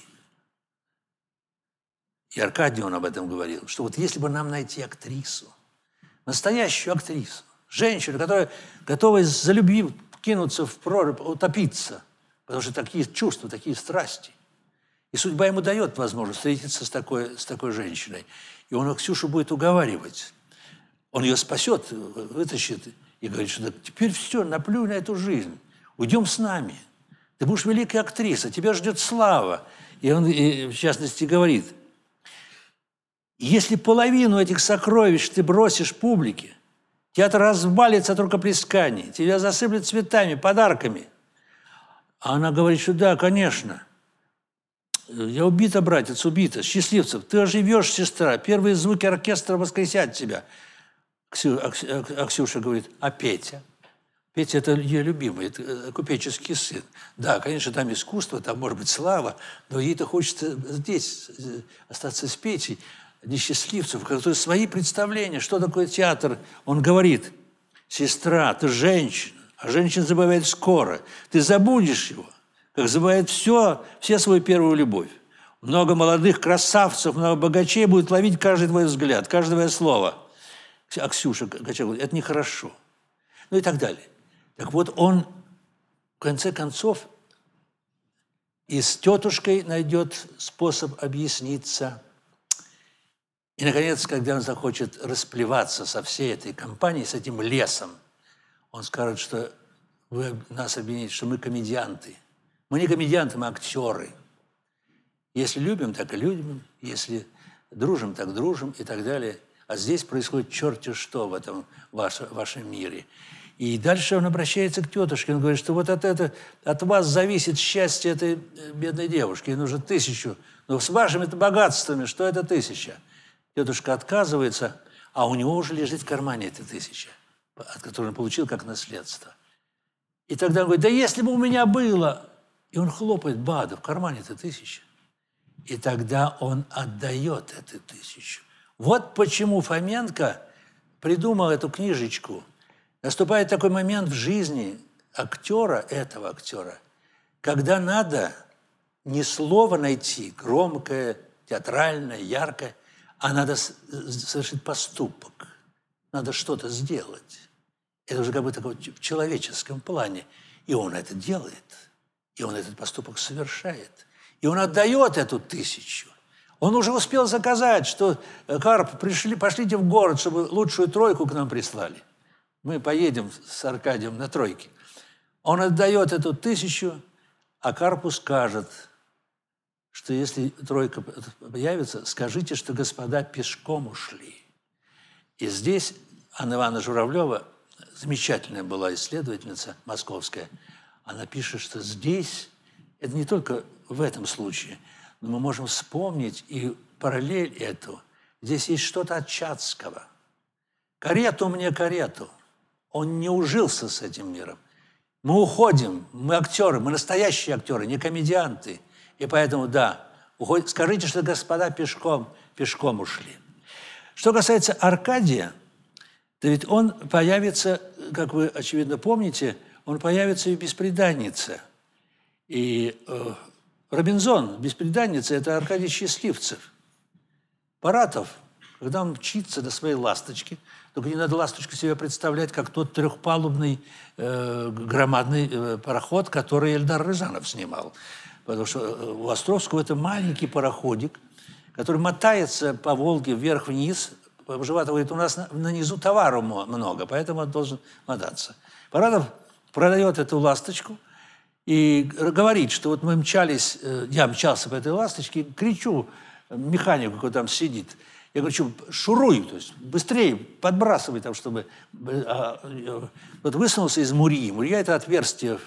и Аркадий он об этом говорил, что вот если бы нам найти актрису, настоящую актрису, женщину, которая готова из-за любви кинуться в прорубь, утопиться, потому что такие чувства, такие страсти. И судьба ему дает возможность встретиться с такой женщиной. И он Аксюшу будет уговаривать. Он ее спасет, вытащит и говорит, что теперь все, наплюй на эту жизнь, уйдем с нами. Ты будешь великой актрисой, тебя ждет слава. И он, в частности, говорит: если половину этих сокровищ ты бросишь публике, театр развалится от рукоплесканий, тебя засыплют цветами, подарками. А она говорит, что да, конечно. Я убита, братец, убита. Счастливцев, ты оживешь, сестра. Первые звуки оркестра воскресят тебя. Аксюша говорит: а Петя? Петя – это ее любимый, это купеческий сын. Да, конечно, там искусство, там может быть слава, но ей-то хочется здесь остаться с Петей. Несчастливцев, которые свои представления, что такое театр. Он говорит: сестра, ты женщина, а женщина забывает скоро. Ты забудешь его, как забывает все свою первую любовь. Много молодых красавцев, много богачей будет ловить каждый твой взгляд, каждое твое слово. А Ксюша Качалова говорит: это нехорошо. Ну и так далее. Так вот, он, в конце концов, и с тетушкой найдет способ объясниться. И, наконец, когда он захочет расплеваться со всей этой компанией, с этим лесом, он скажет, что вы нас обвините, что мы комедианты. Мы не комедианты, мы актеры. Если любим, так и любим. Если дружим, так дружим и так далее. А здесь происходит черти что в этом вашем мире. И дальше он обращается к тетушке. Он говорит, что вот от вас зависит счастье этой бедной девушки. Ей нужно 1000. Но с вашими-то богатствами, что это 1000? Тетушка отказывается, а у него уже лежит в кармане эта 1000, от которой он получил как наследство. И тогда он говорит: да если бы у меня было... И он хлопает, бада, в кармане это 1000. И тогда он отдает эту 1000. Вот почему Фоменко придумал эту книжечку. Наступает такой момент в жизни актера, этого актера, когда надо не слово найти, громкое, театральное, яркое, а надо совершить поступок. Надо что-то сделать. Это уже как бы такое в человеческом плане. И он это делает. И он этот поступок совершает. И он отдает эту 1000. Он уже успел заказать, что Карп, пошлите в город, чтобы лучшую тройку к нам прислали. Мы поедем с Аркадием на тройке. Он отдает эту 1000, а Карпу скажет, что если тройка появится, скажите, что господа пешком ушли. И здесь Анна Ивановна Журавлева, замечательная была исследовательница московская, она пишет, что здесь, это не только в этом случае, но мы можем вспомнить и параллель эту. Здесь есть что-то от Чацкого. «Карету мне, карету». Он не ужился с этим миром. Мы уходим, мы актеры, мы настоящие актеры, не комедианты. И поэтому, да, скажите, что господа пешком ушли. Что касается Аркадия, то ведь он появится, как вы, очевидно, помните, он появится и в «Бесприданнице». И Робинзон, «Бесприданница» – это Аркадий Счастливцев. Паратов, когда он мчится до своей ласточки, только не надо ласточку себе представлять, как тот трехпалубный громадный пароход, который Эльдар Рязанов снимал. Потому что у Островского это маленький пароходик, который мотается по Волге вверх-вниз. Живатов говорит, у нас на низу товару много, поэтому он должен мотаться. Паратов продает эту ласточку и говорит, что вот мы мчались, я мчался по этой ласточке, кричу механику, который там сидит, я говорю, шуруй, то есть быстрее подбрасывай, там, чтобы... Вот высунулся из мурьи. Мурья – это отверстие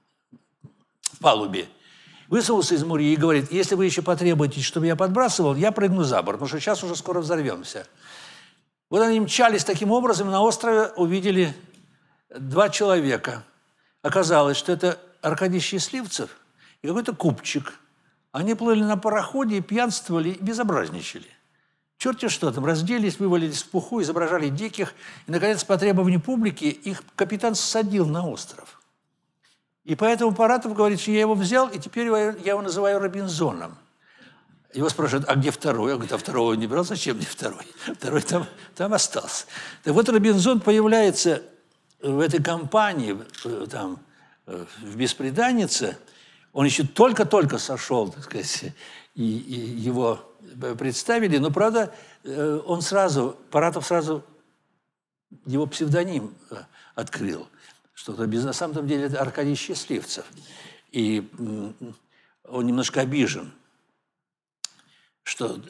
в палубе. Высунулся из мурьи и говорит, если вы еще потребуете, чтобы я подбрасывал, я прыгну за борт, потому что сейчас уже скоро взорвемся. Вот они мчались таким образом, на острове увидели 2 человека. Оказалось, что это Аркадий Счастливцев и какой-то купчик. Они плыли на пароходе и пьянствовали, и безобразничали. Черти что там, разделись, вывалились в пуху, изображали диких. И, наконец, по требованию публики, их капитан ссадил на остров. И поэтому Паратов говорит, что я его взял, и теперь я его называю Робинзоном. Его спрашивают, а где второй? Я говорю, а второго не брал, зачем мне второй? Второй там остался. Так вот, Робинзон появляется в этой компании, там, в «Бесприданнице». Он еще только-только сошел, так сказать, и его представили, но, правда, Паратов сразу его псевдоним открыл, что на самом деле это Аркадий Счастливцев. И он немножко обижен, что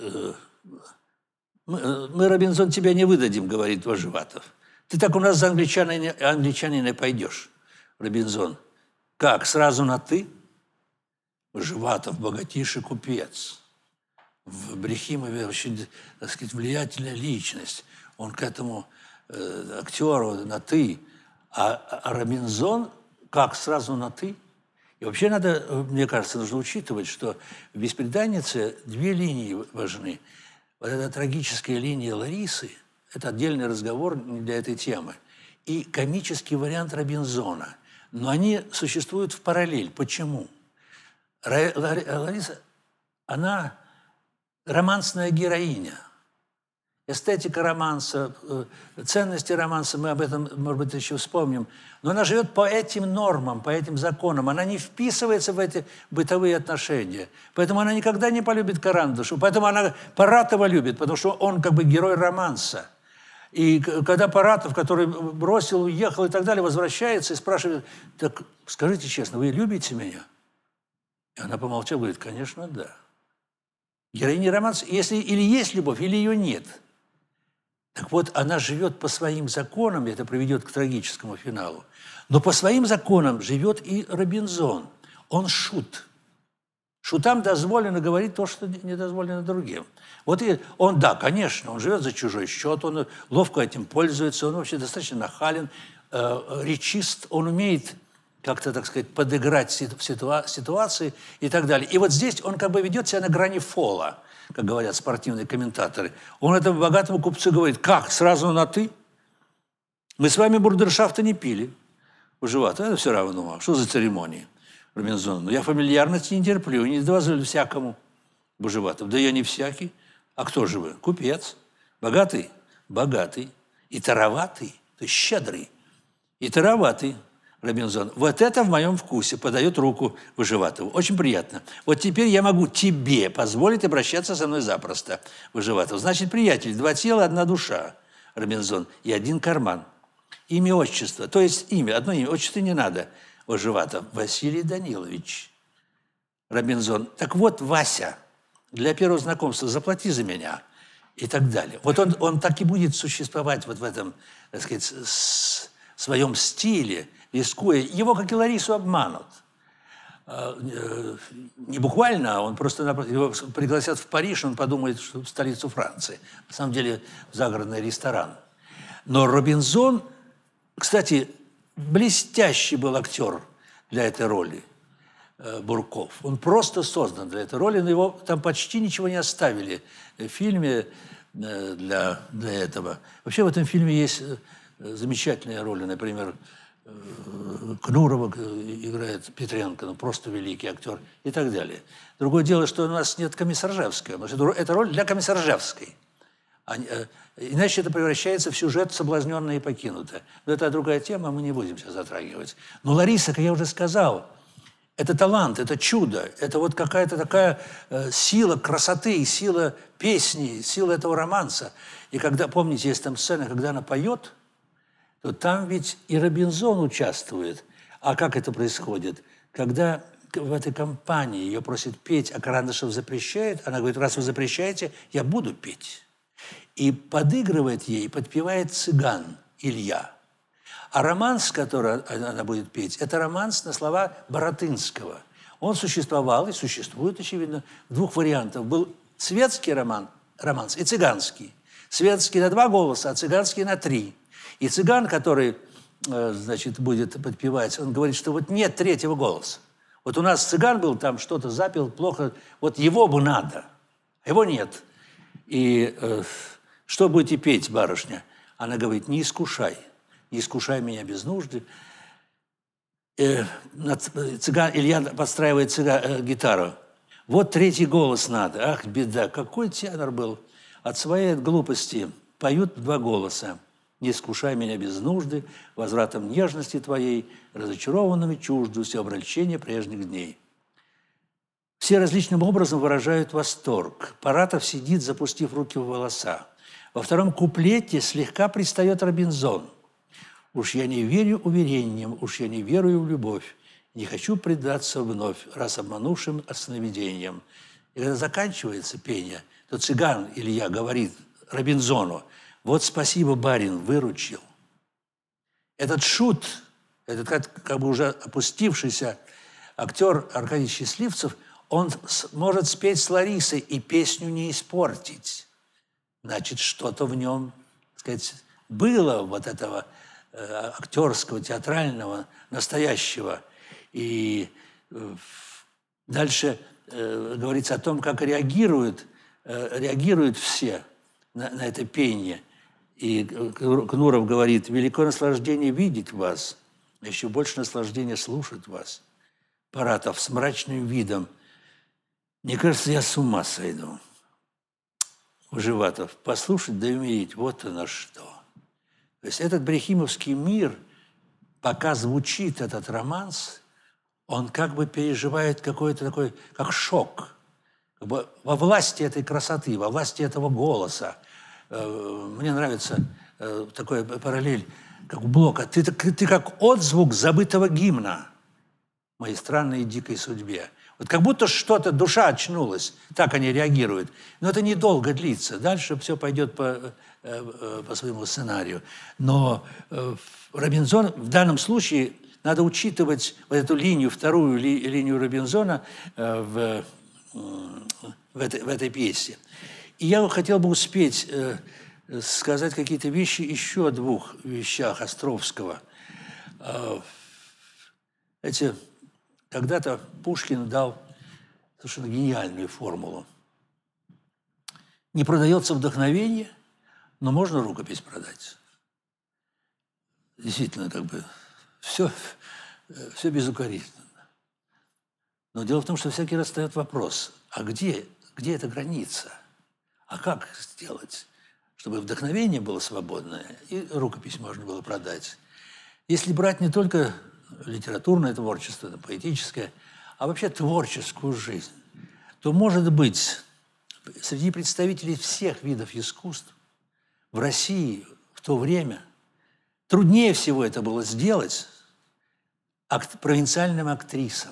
мы, Робинзон, тебя не выдадим, говорит Вожеватов. Ты так у нас за англичанина пойдешь, Робинзон. Как, сразу на «ты»? Вожеватов, богатейший купец. В Брехимове очень, так сказать, влиятельная личность. Он к этому актеру на «ты». А Робинзон как, сразу на «ты»? И вообще надо, мне кажется, нужно учитывать, что в «Бесприданнице» 2 линии важны. Вот эта трагическая линия Ларисы – это отдельный разговор для этой темы. И комический вариант Робинзона. Но они существуют в параллель. Почему? Лариса, она романсная героиня. Эстетика романса, ценности романса, мы об этом, может быть, еще вспомним. Но она живет по этим нормам, по этим законам. Она не вписывается в эти бытовые отношения. Поэтому она никогда не полюбит Карандушу. Поэтому она Паратова любит, потому что он как бы герой романса. И когда Паратов, который бросил, уехал и так далее, возвращается и спрашивает, так скажите честно, вы любите меня? И она помолчала, говорит, конечно, да. Героиня романса, если или есть любовь, или ее нет. Так вот, она живет по своим законам, и это приведет к трагическому финалу. Но по своим законам живет и Робинзон. Он шут. Шутам дозволено говорить то, что не дозволено другим. Вот и он, да, конечно, он живет за чужой счет, он ловко этим пользуется, он вообще достаточно нахален, речист, он умеет как-то, так сказать, подыграть в ситуации и так далее. И вот здесь он как бы ведет себя на грани фола, как говорят спортивные комментаторы. Он этому богатому купцу говорит, как, сразу на «ты»? Мы с вами бурдершафта не пили. Вожеватов, это все равно, что за церемонии? Робинзон, ну я фамильярности не терплю, не дозволю всякому. Вожеватов, да я не всякий. А кто же вы? Купец. Богатый? Богатый. и тароватый, то есть щедрый, и тароватый Робинзон. Вот это в моем вкусе, подает руку Выживатову. Очень приятно. Вот теперь я могу тебе позволить обращаться со мной запросто, Выживатов. Значит, приятель, 2 тела, 1 душа, Робинзон, и 1 карман. Имя, отчество, то есть имя, одно имя, отчество не надо, Выживатов. Василий Данилович. Робинзон. Так вот, Вася, для первого знакомства заплати за меня. И так далее. Вот он так и будет существовать вот в этом, так сказать, своем стиле, рискуя. Его, как и Ларису, обманут. Не буквально, он просто его пригласят в Париж, он подумает, что в столицу Франции. На самом деле, в загородный ресторан. Но Робинзон, кстати, блестящий был актер для этой роли. Бурков. Он просто создан для этой роли, но его там почти ничего не оставили в фильме для этого. Вообще в этом фильме есть замечательные роли, например, Кнурова играет Петренко, ну просто великий актер и так далее. Другое дело, что у нас нет Комиссаржевского, потому что это роль для Комиссаржевской. Иначе это превращается в сюжет «Соблазненная и покинутая». Но это другая тема, мы не будем сейчас затрагивать. Но Лариса, как я уже сказал, это талант, это чудо, это вот какая-то такая сила красоты, сила песни, сила этого романса. И когда, помните, есть там сцена, когда она поет, то там ведь и Робинзон участвует. А как это происходит? Когда в этой компании ее просят петь, а Карандашев запрещает, она говорит, раз вы запрещаете, я буду петь. И подыгрывает ей, подпевает цыган Илья. А романс, который она будет петь, это романс на слова Баратынского. Он существовал и существует, очевидно, в 2 вариантах. Был светский романс и цыганский. Светский на 2 голоса, а цыганский на 3. И цыган, который, значит, будет подпевать, он говорит, что вот нет 3-го голоса. Вот у нас цыган был, там что-то запел плохо, вот его бы надо, а его нет. И что будете петь, барышня? Она говорит, не искушай меня без нужды. Илья подстраивает гитару. Вот 3-й голос надо. Ах, беда, какой тенор был. От своей глупости поют 2 голоса. Не искушай меня без нужды, возвратом нежности твоей, разочарованными чуждостью обращения прежних дней. Все различным образом выражают восторг. Паратов сидит, запустив руки в волоса. Во 2-м куплете слегка пристает Робинзон. Уж я не верю уверениям, уж я не верую в любовь. Не хочу предаться вновь, раз обманувшим сновидениям. И когда заканчивается пение, то цыган Илья говорит Робинзону, вот спасибо, барин, выручил. Этот шут, этот как бы уже опустившийся актер Аркадий Счастливцев, он может спеть с Ларисой и песню не испортить. Значит, что-то в нем, так сказать, было вот этого актерского, театрального, настоящего. И дальше говорится о том, как реагируют все на это пение. И Кнуров говорит, велико наслаждение видеть вас, а еще больше наслаждение слушать вас. Паратов с мрачным видом. Мне кажется, я с ума сойду. Выживатов, послушать да умереть, вот оно что. То есть этот брехимовский мир, пока звучит этот романс, он как бы переживает какой-то такой, как шок. Как бы во власти этой красоты, во власти этого голоса. Мне нравится такой параллель, как у Блока. Ты как отзвук забытого гимна моей странной и дикой судьбе. Вот как будто что-то, душа очнулась, так они реагируют. Но это недолго длится. Дальше все пойдет по своему сценарию. Но Робинзон в данном случае надо учитывать вот эту линию, 2-ю линию Робинзона в этой пьесе. И я хотел бы успеть сказать какие-то вещи еще о 2 вещах Островского. Когда-то Пушкин дал совершенно гениальную формулу. Не продается вдохновение, но можно рукопись продать. Действительно, как бы все безукоризненно. Но дело в том, что всякий раз встает вопрос, а где эта граница? А как сделать? чтобы вдохновение было свободное, и рукопись можно было продать. Если брать не только литературное творчество, поэтическое, а вообще творческую жизнь, то, может быть, среди представителей всех видов искусств в России в то время труднее всего это было сделать провинциальным актрисам.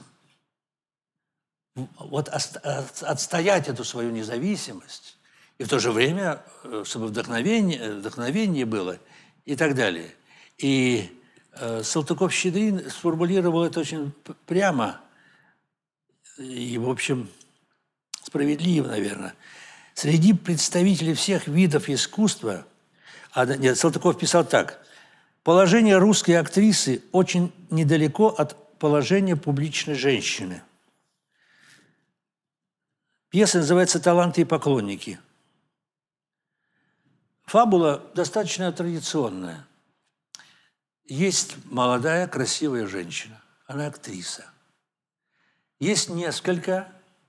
Вот отстоять эту свою независимость, и в то же время, чтобы вдохновение было, и так далее. И Салтыков-Щедрин сформулировал это очень прямо и, в общем, справедливо, наверное. Среди представителей всех видов искусства, Салтыков писал так: «Положение русской актрисы очень недалеко от положения публичной женщины». Пьеса называется «Таланты и поклонники». Фабула достаточно традиционная. Есть молодая, красивая женщина, она актриса. Есть несколько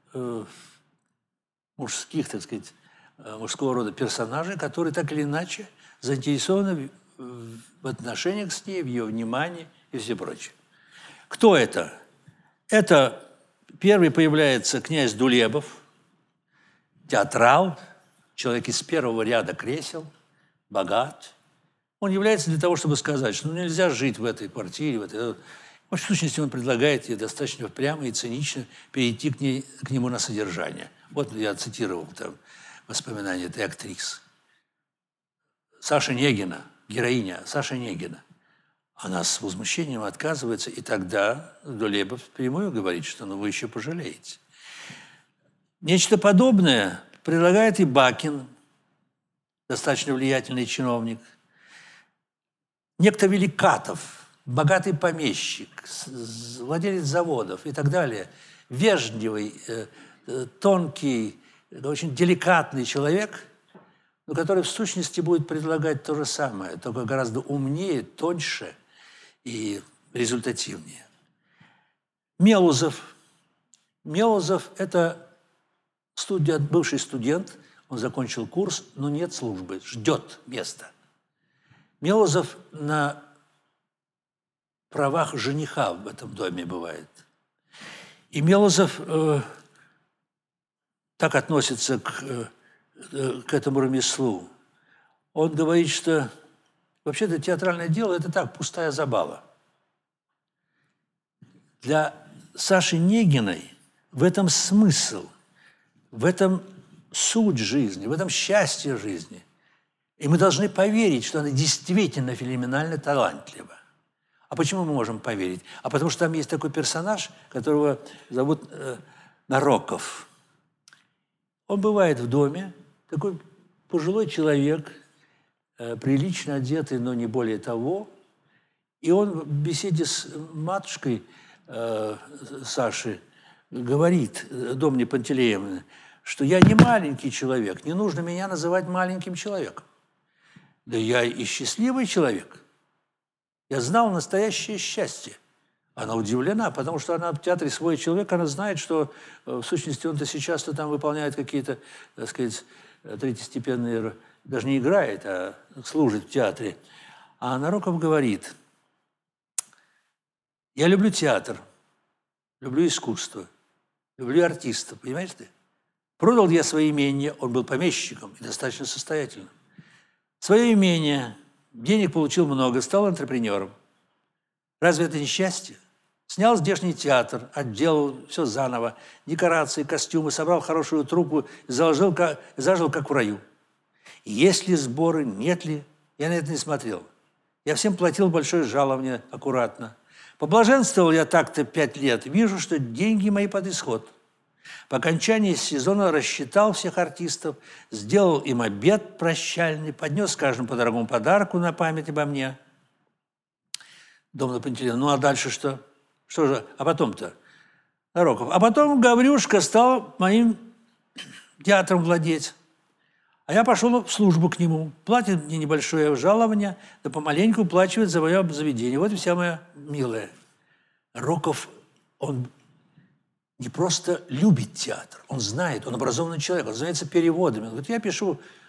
мужских, так сказать, мужского рода персонажей, которые так или иначе заинтересованы в отношениях с ней, в ее внимании и все прочее. Кто это? Это первый появляется князь Дулебов, театрал, человек из первого ряда кресел, богат. Он является для того, чтобы сказать, что нельзя жить в этой квартире. В сущности, он предлагает ей достаточно прямо и цинично перейти к нему на содержание. Вот я цитировал там воспоминания этой актрисы. Саша Негина, героиня Саша Негина. Она с возмущением отказывается, и тогда Дулебов впрямую говорит, что вы еще пожалеете. Нечто подобное предлагает и Бакин, достаточно влиятельный чиновник. Некто Великатов, богатый помещик, владелец заводов и так далее, вежливый, тонкий, очень деликатный человек, но который в сущности будет предлагать то же самое, только гораздо умнее, тоньше и результативнее. Мелузов. Мелузов – это бывший студент, он закончил курс, но нет службы, ждет места. Мелузов на правах жениха в этом доме бывает. И Мелузов так относится к этому ремеслу. Он говорит, что вообще-то театральное дело – это так, пустая забава. Для Саши Негиной в этом смысл, в этом суть жизни, в этом счастье жизни. И мы должны поверить, что она действительно феноменально талантлива. А почему мы можем поверить? А потому что там есть такой персонаж, которого зовут Нароков. Он бывает в доме, такой пожилой человек, прилично одетый, но не более того. И он в беседе с матушкой Саши говорит, Домне Пантелеевне, что я не маленький человек, не нужно меня называть маленьким человеком. Да я и счастливый человек. Я знал настоящее счастье. Она удивлена, потому что она в театре свой человек, она знает, что в сущности он-то сейчас-то там выполняет какие-то, так сказать, третьестепенные, даже не играет, а служит в театре. А Нароков говорит: я люблю театр, люблю искусство, люблю артистов, понимаешь ты? Продал я свое имение, он был помещиком и достаточно состоятельным. Свое имение, денег получил много, стал антрепренером. Разве это не счастье? Снял здешний театр, отделал все заново, декорации, костюмы, собрал хорошую труппу, зажил как в раю. Есть ли сборы, нет ли, я на это не смотрел. Я всем платил большое жалование аккуратно. Поблаженствовал я так-то 5 лет, вижу, что деньги мои под исход. По окончании сезона рассчитал всех артистов, сделал им обед прощальный, поднес каждому по дорогому подарку на память обо мне. Домна Пантелеевна: ну а дальше что? Что же, а потом-то? Нароков: а потом Гаврюшка стал моим театром владеть. А я пошел в службу к нему. Платит мне небольшое жалование, да помаленьку уплачивает за мое заведение. Вот и вся моя милая. Нароков, он не просто любит театр, он знает, он образованный человек, он занимается переводами. Он говорит: я пишу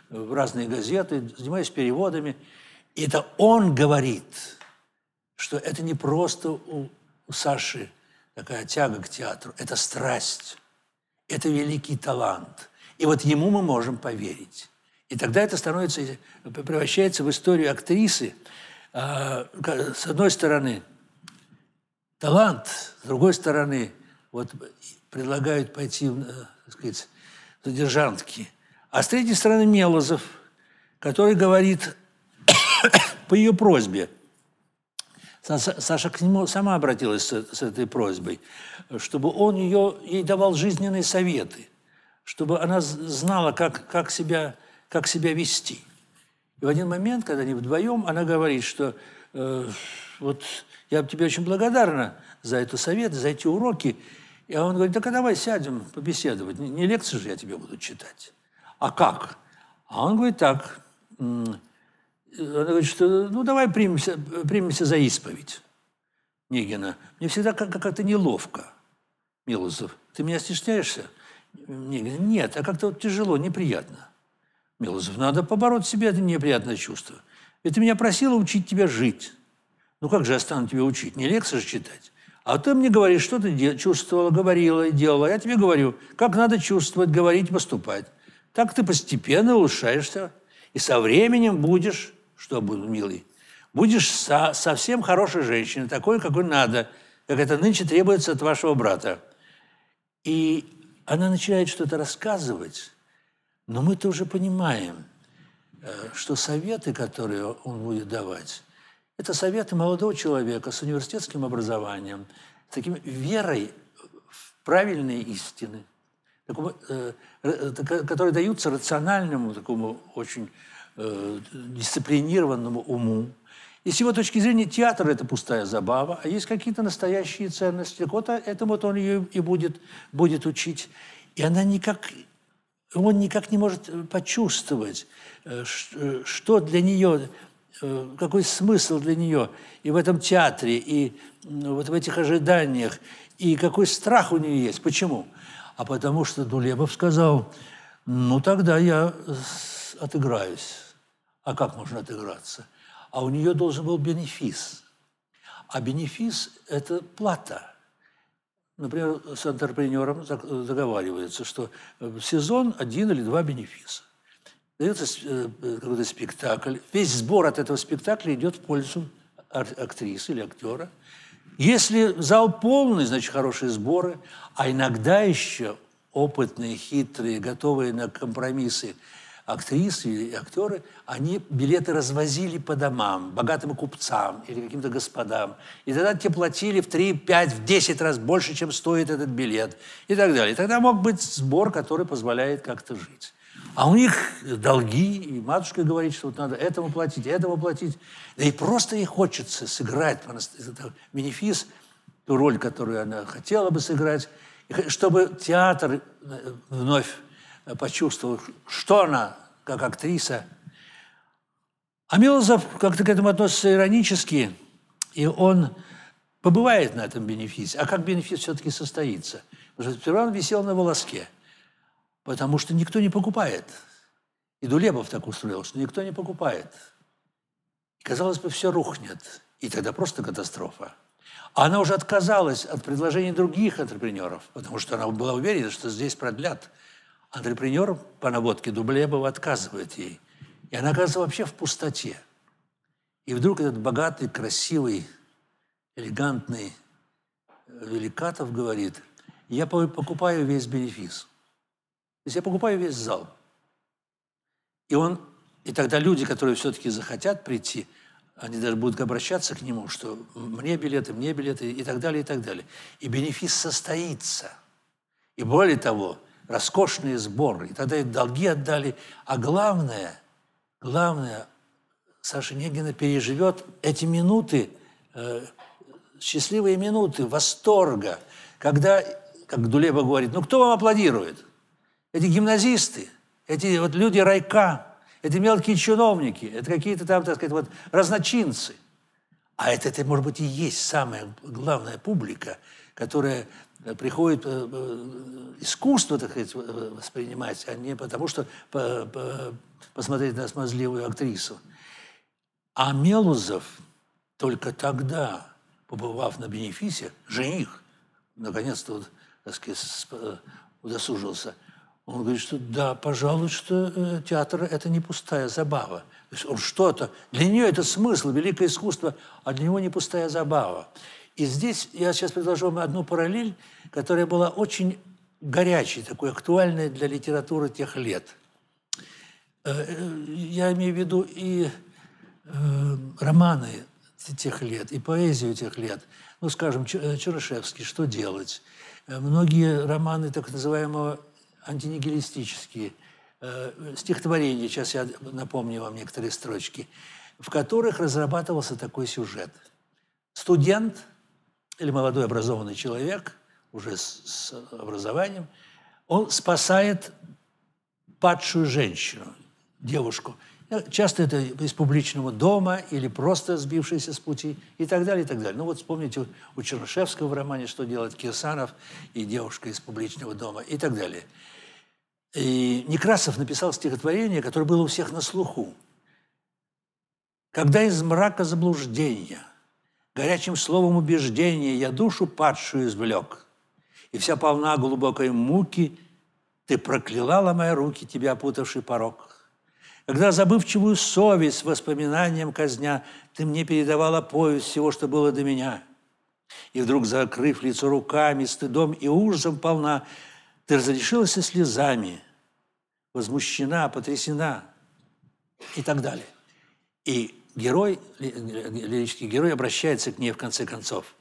в разные газеты, занимаюсь переводами. И это он говорит, что это не просто у Саши такая тяга к театру, это страсть, это великий талант. И вот ему мы можем поверить. И тогда это превращается в историю актрисы. С одной стороны, талант, с другой стороны, вот предлагают пойти, так сказать, в содержанки. А с третьей стороны Мелозов, который говорит по ее просьбе. Саша к нему сама обратилась с этой просьбой, чтобы он ей давал жизненные советы, чтобы она знала, как себя вести. И в один момент, когда они вдвоем, она говорит, что вот я тебе очень благодарна за этот совет, за эти уроки. И он говорит, так давай сядем побеседовать. Не лекции же я тебе буду читать. А как? А он говорит так. Она говорит, что ну давай примемся за исповедь Негина. Мне всегда как-то неловко, Мелозов. Ты меня стесняешься? Негин, нет, а как-то вот тяжело, неприятно. Мелозов, надо побороть в себе это неприятное чувство. Ведь ты меня просила учить тебя жить. Ну как же я стану тебя учить? Не лекции же читать. А ты мне говоришь, что ты чувствовала, говорила и делала. Я тебе говорю, как надо чувствовать, говорить, поступать. Так ты постепенно улучшаешься. И со временем будешь, что буду, милый, будешь совсем хорошей женщиной, такой, какой надо, как это нынче требуется от вашего брата. И она начинает что-то рассказывать, но мы-то уже понимаем, что советы, которые он будет давать, это советы молодого человека с университетским образованием, с такой верой в правильные истины, которые даются рациональному, такому очень дисциплинированному уму. И с его точки зрения театр – это пустая забава, а есть какие-то настоящие ценности. Так вот этому вот он ее и будет учить. И он никак не может почувствовать, что для нее, какой смысл для нее и в этом театре, и вот в этих ожиданиях, и какой страх у нее есть. Почему? А потому что Дулебов сказал, ну тогда я отыграюсь. А как можно отыграться? А у нее должен был бенефис. А бенефис – это плата. Например, с антрепренером договаривается, что в сезон 1 или 2 бенефиса. Дается какой-то спектакль. Весь сбор от этого спектакля идет в пользу актрисы или актера. Если зал полный, значит, хорошие сборы. А иногда еще опытные, хитрые, готовые на компромиссы актрисы и актеры, они билеты развозили по домам, богатым купцам или каким-то господам. И тогда те платили в 3, 5, в 10 раз больше, чем стоит этот билет. И так далее. И тогда мог быть сбор, который позволяет как-то жить. А у них долги, и матушка говорит, что вот надо этому платить. Да и просто ей хочется сыграть бенефис, ту роль, которую она хотела бы сыграть, чтобы театр вновь почувствовал, что она, как актриса. А Мелозов как-то к этому относится иронически, и он побывает на этом бенефисе. А как бенефис все-таки состоится? Потому что сперва он висел на волоске, потому что никто не покупает. И Дулебов так устроил, что никто не покупает. И, казалось бы, все рухнет. И тогда просто катастрофа. А она уже отказалась от предложений других антрепренеров, потому что она была уверена, что здесь продлят. Антрепренер по наводке Дулебова отказывает ей. И она оказывается вообще в пустоте. И вдруг этот богатый, красивый, элегантный Великатов говорит, я покупаю весь бенефис. То есть я покупаю весь зал. И тогда люди, которые все-таки захотят прийти, они даже будут обращаться к нему, что мне билеты, и так далее, и так далее. И бенефис состоится. И более того, роскошные сборы. И тогда и долги отдали. А главное, Саша Негина переживет эти минуты, счастливые минуты восторга, когда, как Дулеба говорит, ну кто вам аплодирует? Эти гимназисты, эти вот люди райка, это мелкие чиновники, это какие-то там, так сказать, вот разночинцы. А это, может быть, и есть самая главная публика, которая приходит искусство, так сказать, воспринимать, а не потому, что посмотреть на смазливую актрису. А Мелузов только тогда, побывав на бенефисе, жених, наконец-то, вот, так сказать, удосужился, он говорит, что да, пожалуй, что театр – это не пустая забава. То есть он что-то, для нее это смысл, великое искусство, а для него не пустая забава. И здесь я сейчас предложу вам одну параллель, которая была очень горячей, такой актуальной для литературы тех лет. Я имею в виду и романы тех лет, и поэзию тех лет. Ну, скажем, Чернышевский «Что делать?». Многие романы так называемого антинигилистические, стихотворения, сейчас я напомню вам некоторые строчки, в которых разрабатывался такой сюжет. Студент или молодой образованный человек, уже с образованием, он спасает падшую женщину, девушку. Часто это из публичного дома или просто сбившийся с пути и так далее, и так далее. Ну вот вспомните у Чернышевского в романе «Что делать?» Кирсанов и девушка из публичного дома и так далее. И Некрасов написал стихотворение, которое было у всех на слуху. «Когда из мрака заблуждения, горячим словом убеждения я душу падшую извлек, и вся полна глубокой муки, ты прокляла, ломая руки, тебя опутавший порог. Когда забывчивую совесть воспоминанием казня, ты мне передавала повесть всего, что было до меня. И вдруг, закрыв лицо руками, стыдом и ужасом полна, ты разрешилась слезами, возмущена, потрясена и так далее». И герой, лирический герой обращается к ней в конце концов.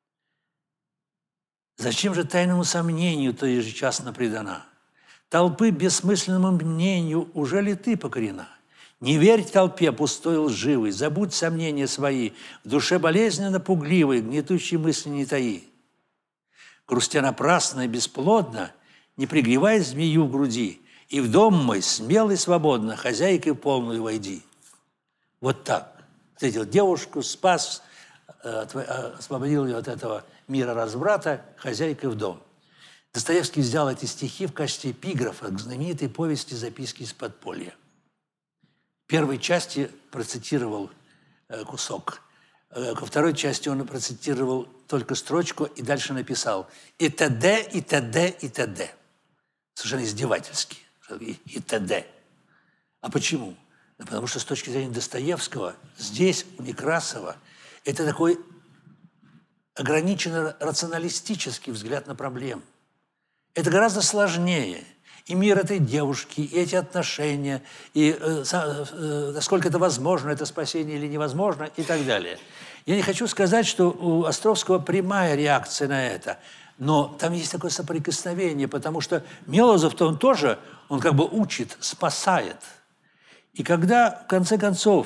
«Зачем же тайному сомнению ты ежечасно предана? Толпы бессмысленному мнению уже ли ты покорена? Не верь толпе пустой лживой, забудь сомнения свои, в душе болезненно пугливой, гнетущей мысли не таи. Грустя напрасно и бесплодно, не пригревай змею в груди, и в дом мой смело и свободно хозяйкой полную войди». Вот так. Встретил девушку, спас, освободил ее от этого мира разврата, хозяйкой в дом. Достоевский взял эти стихи в качестве эпиграфа к знаменитой повести «Записки из подполья». В первой части процитировал кусок. Ко второй части он процитировал только строчку и дальше написал «и т.д., и т.д., и т.д.». Совершенно издевательски. «И т.д.». А почему? Да потому что с точки зрения Достоевского здесь, у Некрасова, это такой ограниченно рационалистический взгляд на проблему. Это гораздо сложнее. И мир этой девушки, и эти отношения, и насколько это возможно, это спасение или невозможно, и так далее. Я не хочу сказать, что у Островского прямая реакция на это, но там есть такое соприкосновение, потому что Мелузов-то он тоже, он как бы учит, спасает. И когда, в конце концов,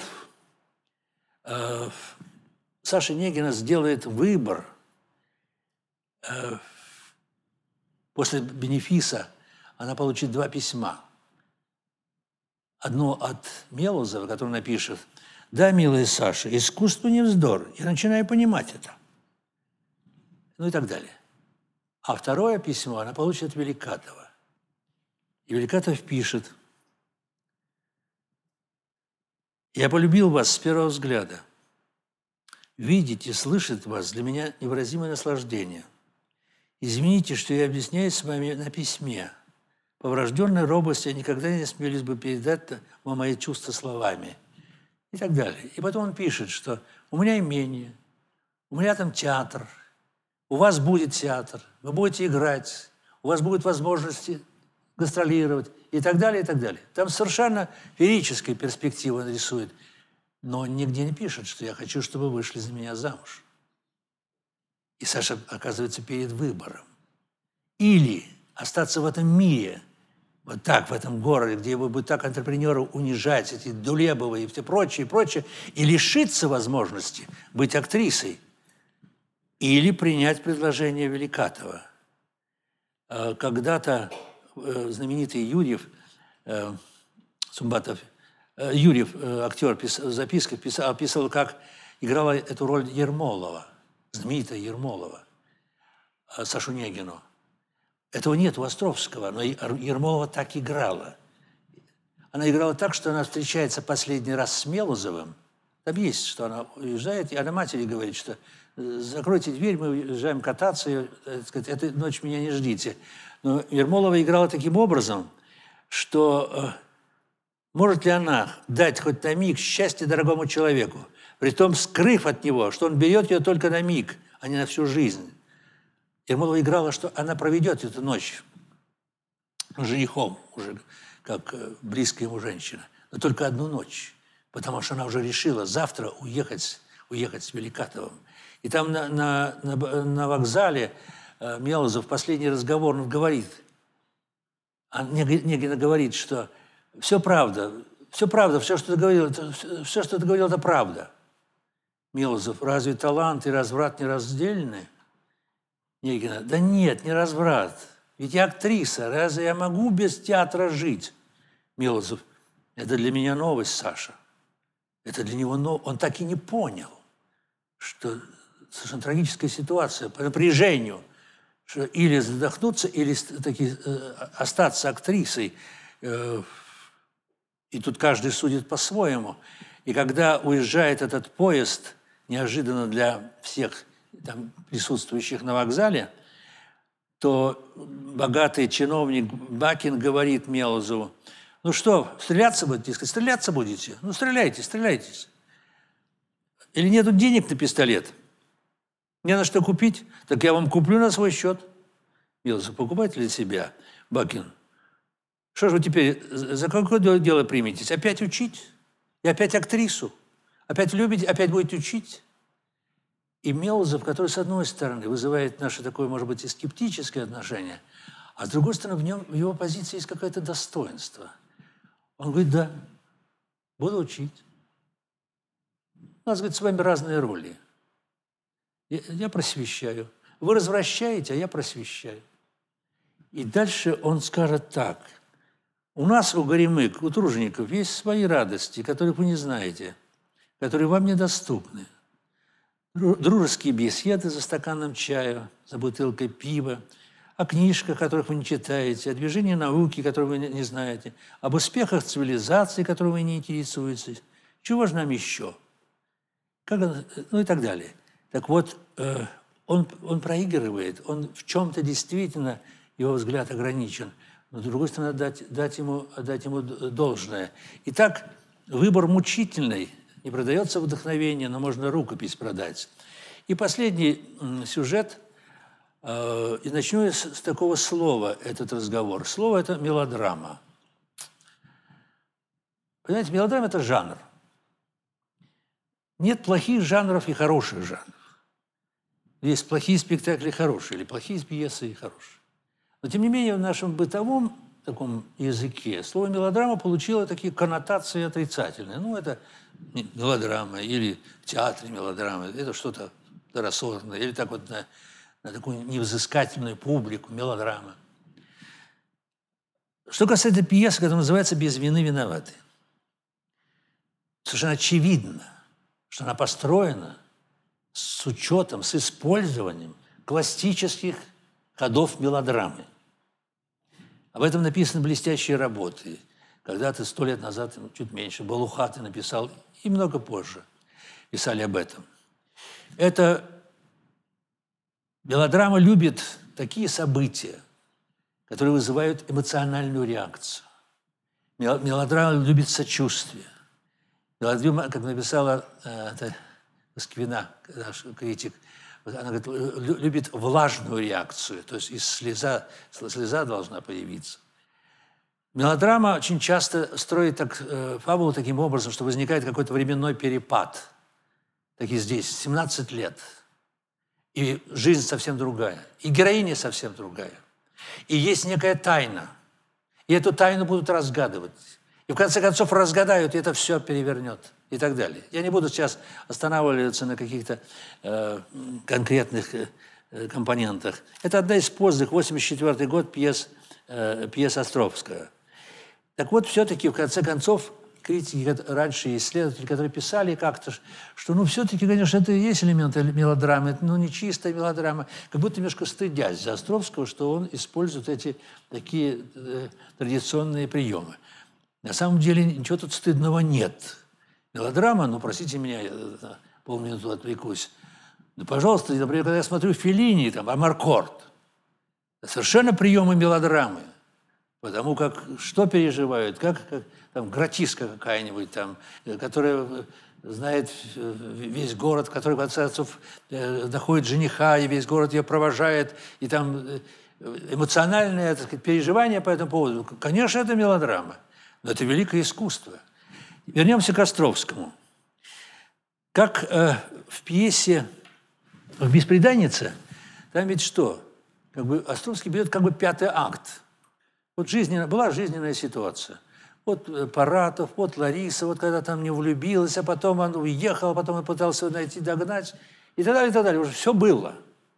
Саша Негина сделает выбор после бенефиса, она получит 2 письма. Одно от Мелузова, которое напишет: «Да, милая Саша, искусство не вздор, я начинаю понимать это». Ну и так далее. А второе письмо она получит от Великатова. И Великатов пишет: «Я полюбил вас с первого взгляда. Видеть и слышать вас для меня невыразимое наслаждение. Извините, что я объясняюсь с вами на письме. По врожденной робости я никогда не осмелюсь бы передать вам мои чувства словами». И так далее. И потом он пишет, что у меня имение, у меня там театр, у вас будет театр, вы будете играть, у вас будут возможности гастролировать и так далее, и так далее. Там совершенно феерическая перспектива он рисует. Но он нигде не пишет, что я хочу, чтобы вы вышли за меня замуж. И Саша оказывается перед выбором. Или остаться в этом мире, вот так, в этом городе, где его будут так антрепренеры унижать, эти Дулебовы и все прочее, и лишиться возможности быть актрисой. Или принять предложение Великатова. Когда-то знаменитый Юрьев, Сумбатов, Юрьев, актер, в записках описывал, как играла эту роль Ермолова, знаменитая Ермолова, Сашу Негину. Этого нет у Островского, но Ермолова так играла. Она играла так, что она встречается последний раз с Мелузовым. Там есть, что она уезжает, и она матери говорит, что закройте дверь, мы уезжаем кататься, и, так сказать, эту ночь меня не ждите. Но Ермолова играла таким образом, что может ли она дать хоть на миг счастье дорогому человеку, притом скрыв от него, что он берет ее только на миг, а не на всю жизнь. Ермолова играла, что она проведет эту ночь с женихом, уже как близкая ему женщина, но только одну ночь, потому что она уже решила завтра уехать с Великатовым. И там на вокзале Мелузов последний разговор, он говорит, Негина говорит, что все правда, все, что ты говорил, это правда. Мелузов, разве талант и разврат нераздельны? Негина, да нет, не разврат. Ведь я актриса, разве я могу без театра жить? Мелузов, это для меня новость, Саша. Это для него новость. Он так и не понял, что совершенно трагическая ситуация по напряжению, что или задохнуться, или таки остаться актрисой. И тут каждый судит по-своему. И когда уезжает этот поезд, неожиданно для всех там присутствующих на вокзале, то богатый чиновник Бакин говорит Мелузову, ну что, стреляться будете? Сказать, стреляться будете? Ну, стреляйтесь. Или нету денег на пистолет? Не на что купить? Так я вам куплю на свой счет. Мелузов, покупайте для себя. Бакин, что же вы теперь, за какое дело приметесь? Опять учить? И опять актрису? Опять любите, опять будете учить? И Мелузов, который, с одной стороны, вызывает наше такое, может быть, и скептическое отношение, а с другой стороны, в его позиции есть какое-то достоинство. Он говорит, да, буду учить. У нас, говорит, с вами разные роли. Я просвещаю. Вы развращаете, а я просвещаю. И дальше он скажет так. У нас, у горемык, у тружеников есть свои радости, которых вы не знаете, которые вам недоступны. Дружеские беседы за стаканом чая, за бутылкой пива, о книжках, которых вы не читаете, о движении науки, которые вы не знаете, об успехах цивилизации, которой вы не интересуетесь. Чего же нам еще? Ну и так далее. Так вот, он проигрывает, он в чем-то действительно, его взгляд ограничен, но, с другой стороны, отдать ему должное. Итак, выбор мучительный. Не продается вдохновение, но можно рукопись продать. И последний сюжет, и начну я с такого слова, этот разговор. Слово – это мелодрама. Понимаете, мелодрама – это жанр. Нет плохих жанров и хороших жанров. Есть плохие спектакли хорошие, или плохие пьесы и хорошие. Но, тем не менее, в нашем бытовом таком языке слово «мелодрама» получило такие коннотации отрицательные. Ну, это мелодрама, или в театре мелодрама, это что-то второсортное, или так вот на такую невзыскательную публику мелодрама. Что касается пьесы, которая называется «Без вины виноваты», совершенно очевидно, что она построена с учетом, с использованием классических ходов мелодрамы. Об этом написаны блестящие работы. Когда-то 100 лет назад, чуть меньше, Балухаты написал, и много позже писали об этом. Эта мелодрама любит такие события, которые вызывают эмоциональную реакцию. Мелодрама любит сочувствие. Мелодрама, как написала Москвина, наш критик, она говорит, любит влажную реакцию, то есть слеза должна появиться. Мелодрама очень часто строит фабулу таким образом, что возникает какой-то временной перепад. Так и здесь, 17 лет. И жизнь совсем другая. И героиня совсем другая. И есть некая тайна. И эту тайну будут разгадывать. И в конце концов разгадают, и это все перевернет. И так далее. Я не буду сейчас останавливаться на каких-то конкретных компонентах. Это одна из поздних, 1984 год, пьес Островского. Так вот, все-таки, в конце концов, критики раньше, исследователи, которые писали как-то, что, ну, все-таки, конечно, это и есть элементы мелодрамы, это, ну, не чистая мелодрама, как будто немножко стыдясь за Островского, что он использует эти такие традиционные приемы. На самом деле ничего тут стыдного нет. Мелодрама, ну, простите меня, я полминуты отвлекусь. Да, пожалуйста, например, когда я смотрю Феллини, там, Амаркорд, совершенно приемы мелодрамы. Потому как, что переживают, как там гратиска какая-нибудь, там, которая знает весь город, в который, в конце концов, находит жениха, и весь город ее провожает, и там эмоциональное, так сказать, переживание по этому поводу. Конечно, это мелодрама, но это великое искусство. Вернемся к Островскому. Как в пьесе «В «Бесприданнице», там ведь что? Как бы Островский берет как бы пятый акт. Вот была жизненная ситуация. Вот Паратов, вот Лариса, вот когда там не влюбилась, а потом он уехал, а потом он пытался найти, догнать, и так далее, и так далее. Уже все было.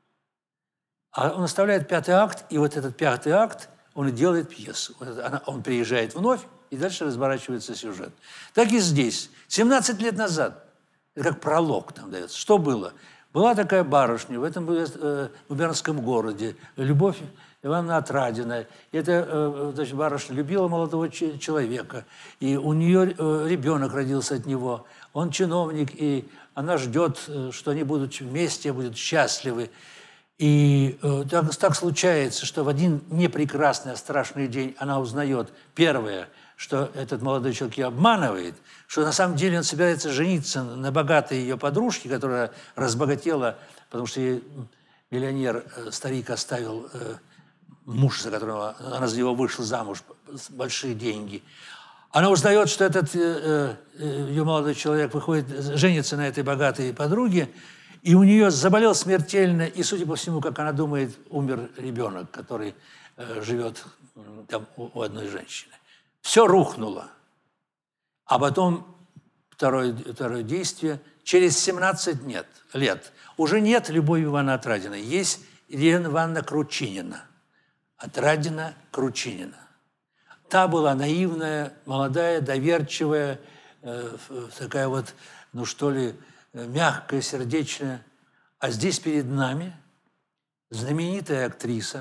А он оставляет пятый акт, и вот этот пятый акт, он и делает пьесу. Он приезжает вновь, и дальше разворачивается сюжет. Так и здесь. 17 лет назад, это как пролог там дается. Что было? Была такая барышня в этом губернском городе, Любовь Ивановна Отрадина. Эта, значит, барышня любила молодого человека, и у нее ребенок родился от него. Он чиновник, и она ждет, что они будут вместе, будут счастливы. И так случается, что в один непрекрасный, а страшный день она узнает, первое, что этот молодой человек ее обманывает, что на самом деле он собирается жениться на богатой ее подружке, которая разбогатела, потому что ей миллионер, старик, оставил муж, за которого она за него вышла замуж, большие деньги. Она узнает, что этот ее молодой человек женится на этой богатой подруге, и у нее заболел смертельно, и, судя по всему, как она думает, умер ребенок, который живет там у одной женщины. Все рухнуло. А потом второе действие. Через 17 лет уже нет Любови Ивановны Отрадиной. Есть Елена Ивановна Кручинина. Отрадина Кручинина. Та была наивная, молодая, доверчивая, такая вот, ну что ли, мягкая, сердечная. А здесь перед нами знаменитая актриса,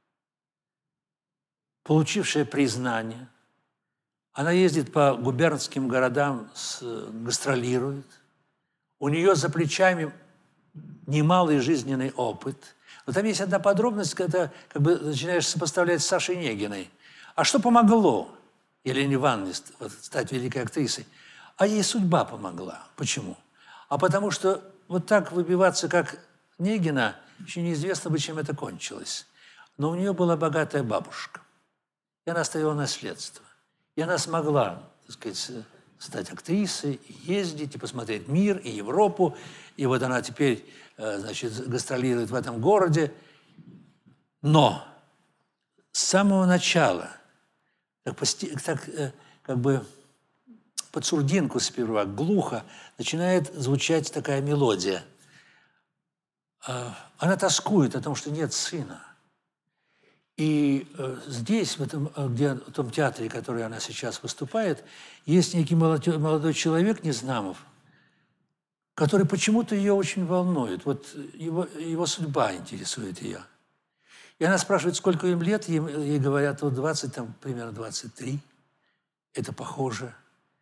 получившая признание. Она ездит по губернским городам, гастролирует. У нее за плечами немалый жизненный опыт. Но там есть одна подробность, когда как бы начинаешь сопоставлять с Сашей Негиной. А что помогло Елене Ивановне стать великой актрисой? А ей судьба помогла. Почему? А потому что вот так выбиваться, как Негина, еще неизвестно бы, чем это кончилось. Но у нее была богатая бабушка. И она оставила наследство. И она смогла, так сказать, стать актрисой, и ездить, и посмотреть мир, и Европу. И вот она теперь, значит, гастролирует в этом городе. Но с самого начала, так как бы под сурдинку сперва, глухо, начинает звучать такая мелодия. Она тоскует о том, что нет сына. И здесь, в том театре, в который она сейчас выступает, есть некий молодой человек, Незнамов, который почему-то ее очень волнует. Вот его судьба интересует ее. И она спрашивает, сколько им лет, ей говорят, вот 20, там, примерно 23. Это похоже.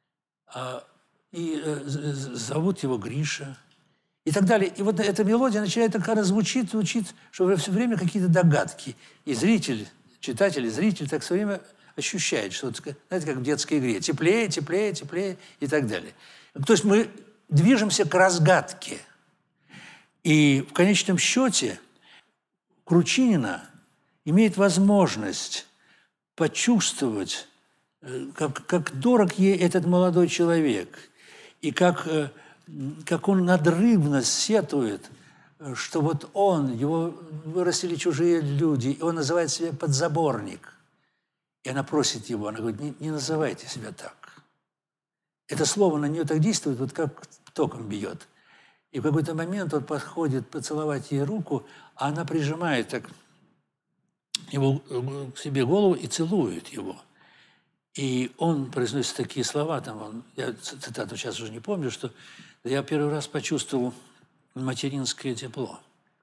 И зовут его Гриша. И так далее. И вот эта мелодия начинает, так она звучит, что все время какие-то догадки. И зритель, читатель, зритель так все время ощущает, что, знаете, как в детской игре. Теплее, теплее, теплее и так далее. То есть мы движемся к разгадке. И в конечном счете Кручинина имеет возможность почувствовать, как дорог ей этот молодой человек, и как он надрывно сетует, что вот его вырастили чужие люди, и он называет себя подзаборник. И она просит его, она говорит, не называйте себя так. Это слово на нее так действует, вот как током бьет. И в какой-то момент он подходит поцеловать ей руку, а она прижимает так его к себе голову и целует его. И он произносит такие слова, я цитату сейчас уже не помню, что я первый раз почувствовал материнское тепло.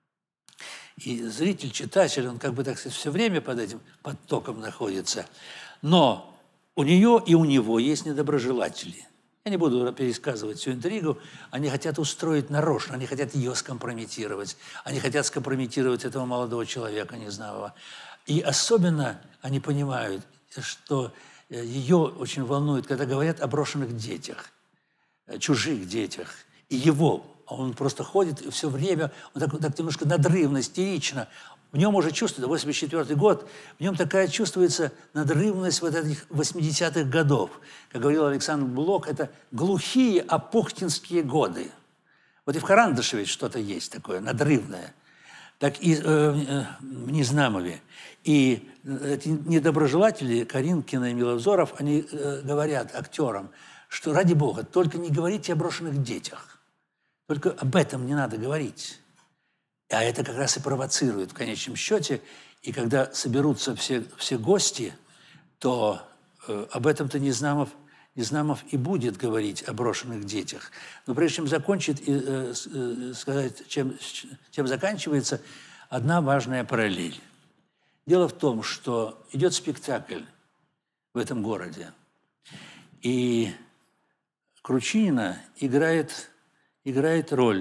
И зритель, читатель, он как бы, так сказать, все время под этим потоком находится. Но у нее и у него есть недоброжелатели. Я не буду пересказывать всю интригу. Они хотят устроить нарочно, они хотят ее скомпрометировать. Они хотят скомпрометировать этого молодого человека, незнавого. И особенно они понимают, что ее очень волнует, когда говорят о брошенных детях, чужих детях. И его, он просто ходит и все время, он так немножко надрывно, истерично. В нем уже чувствуется, 84-й год, в нем такая чувствуется надрывность вот этих 80-х годов. Как говорил Александр Блок, это глухие апухтинские годы. Вот и в Харандаше ведь что-то есть такое надрывное. Так и в Незнамове. И эти недоброжелатели, Каринкина и Миловзоров, они говорят актерам, что ради Бога, только не говорите о брошенных детях. Только об этом не надо говорить. А это как раз и провоцирует в конечном счете. И когда соберутся все гости, то об этом-то Незнамов и будет говорить о брошенных детях. Но прежде чем закончить и сказать, чем заканчивается, одна важная параллель. Дело в том, что идет спектакль в этом городе, и Кручинина играет роль.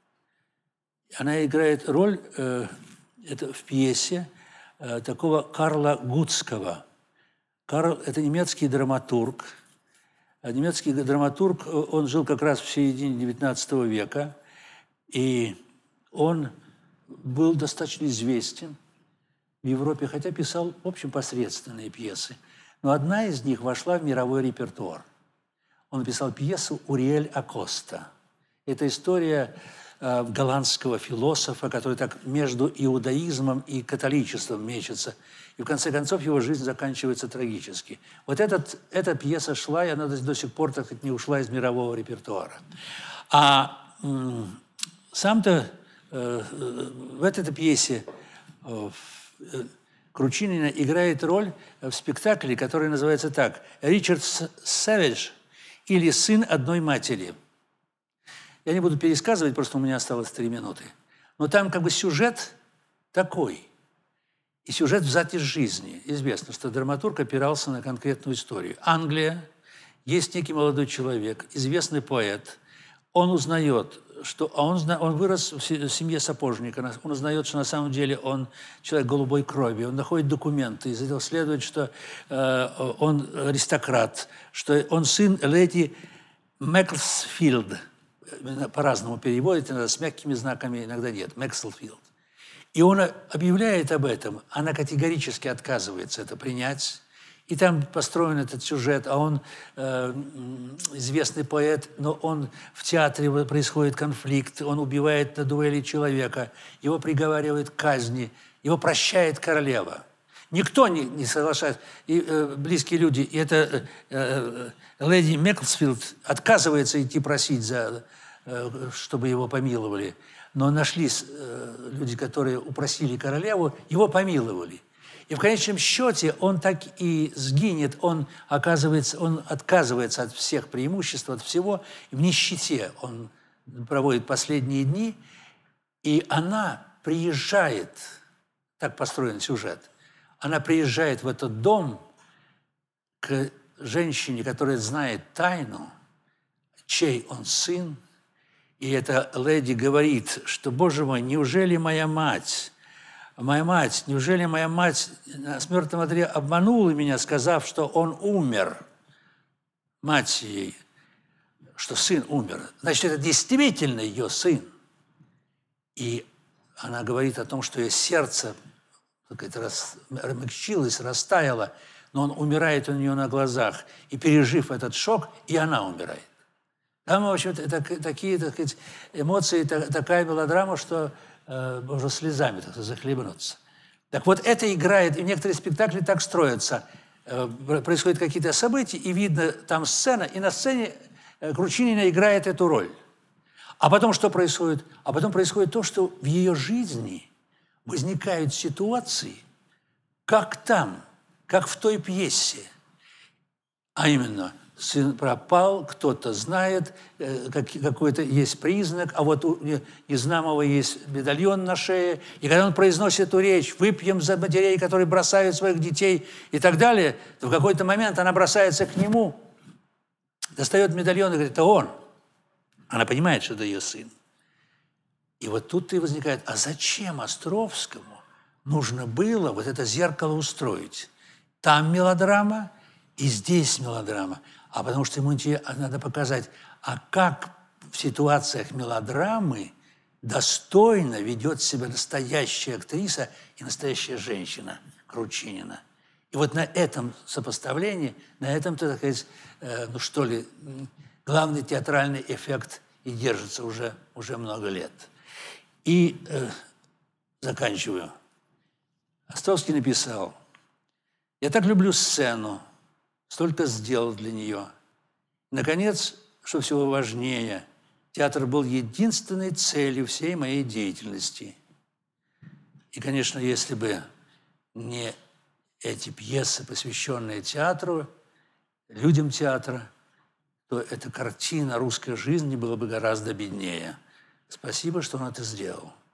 Она играет роль это в пьесе такого Карла Гутского. Карл – это немецкий драматург. Немецкий драматург, он жил как раз в середине XIX века, и он был достаточно известен в Европе, хотя писал, в общем, посредственные пьесы. Но одна из них вошла в мировой репертуар. Он написал пьесу «Уриэль Акоста». Это история голландского философа, который так между иудаизмом и католичеством мечется. И в конце концов его жизнь заканчивается трагически. Вот эта пьеса шла, и она до сих пор так не ушла из мирового репертуара. А сам-то в этой пьесе Кручинина играет роль в спектакле, который называется так «Ричард Сэвидж» или «Сын одной матери». Я не буду пересказывать, просто у меня осталось 3 минуты. Но там как бы сюжет такой. И сюжет взят из жизни. Известно, что драматург опирался на конкретную историю. Англия, есть некий молодой человек, известный поэт. Он узнает, что он вырос в семье сапожника. Он узнает, что на самом деле он человек голубой крови. Он находит документы. Из этого следует, что он аристократ, что он сын леди Мэклсфилд. По-разному переводит, иногда с мягкими знаками, иногда нет. Мэкселфилд. И он объявляет об этом. Она категорически отказывается это принять. И там построен этот сюжет, а он известный поэт, но он в театре происходит конфликт, он убивает на дуэли человека, его приговаривают к казни, его прощает королева. Никто не соглашается, и близкие люди. И это леди Мэклсфилд отказывается идти просить, чтобы его помиловали. Но нашлись люди, которые упросили королеву, его помиловали. И в конечном счете он так и сгинет, он отказывается от всех преимуществ, от всего, и в нищете он проводит последние дни, и она приезжает, так построен сюжет, она приезжает в этот дом к женщине, которая знает тайну, чей он сын, и эта леди говорит, что, боже мой, неужели неужели моя мать на смертном одре обманула меня, сказав, что он умер, мать ей, что сын умер. Значит, это действительно ее сын. И она говорит о том, что ее сердце размягчилось, растаяло, но он умирает у нее на глазах. И пережив этот шок, и она умирает. Там, в общем-то, такие, так сказать, эмоции, такая мелодрама, что можно слезами захлебнуться. Так вот, это играет, и некоторые спектакли так строятся. Происходят какие-то события, и видно там сцена, и на сцене Кручинина играет эту роль. А потом что происходит? А потом происходит то, что в ее жизни возникают ситуации, как там, как в той пьесе. А именно, сын пропал, кто-то знает, какой-то есть признак, а вот у Изнамова есть медальон на шее, и когда он произносит эту речь «выпьем за матерей, которые бросают своих детей» и так далее, то в какой-то момент она бросается к нему, достает медальон и говорит: «это он». Она понимает, что это ее сын. И вот тут и возникает: а зачем Островскому нужно было вот это зеркало устроить? Там мелодрама и здесь мелодрама. А потому что ему надо показать, а как в ситуациях мелодрамы достойно ведет себя настоящая актриса и настоящая женщина Кручинина. И вот на этом сопоставлении, на этом, так сказать, главный театральный эффект и держится уже много лет. И заканчиваю. Островский написал: «Я так люблю сцену, столько сделал для нее. Наконец, что всего важнее, театр был единственной целью всей моей деятельности. И, конечно, если бы не эти пьесы, посвященные театру, людям театра, то эта картина русской жизни была бы гораздо беднее. Спасибо, что он это сделал».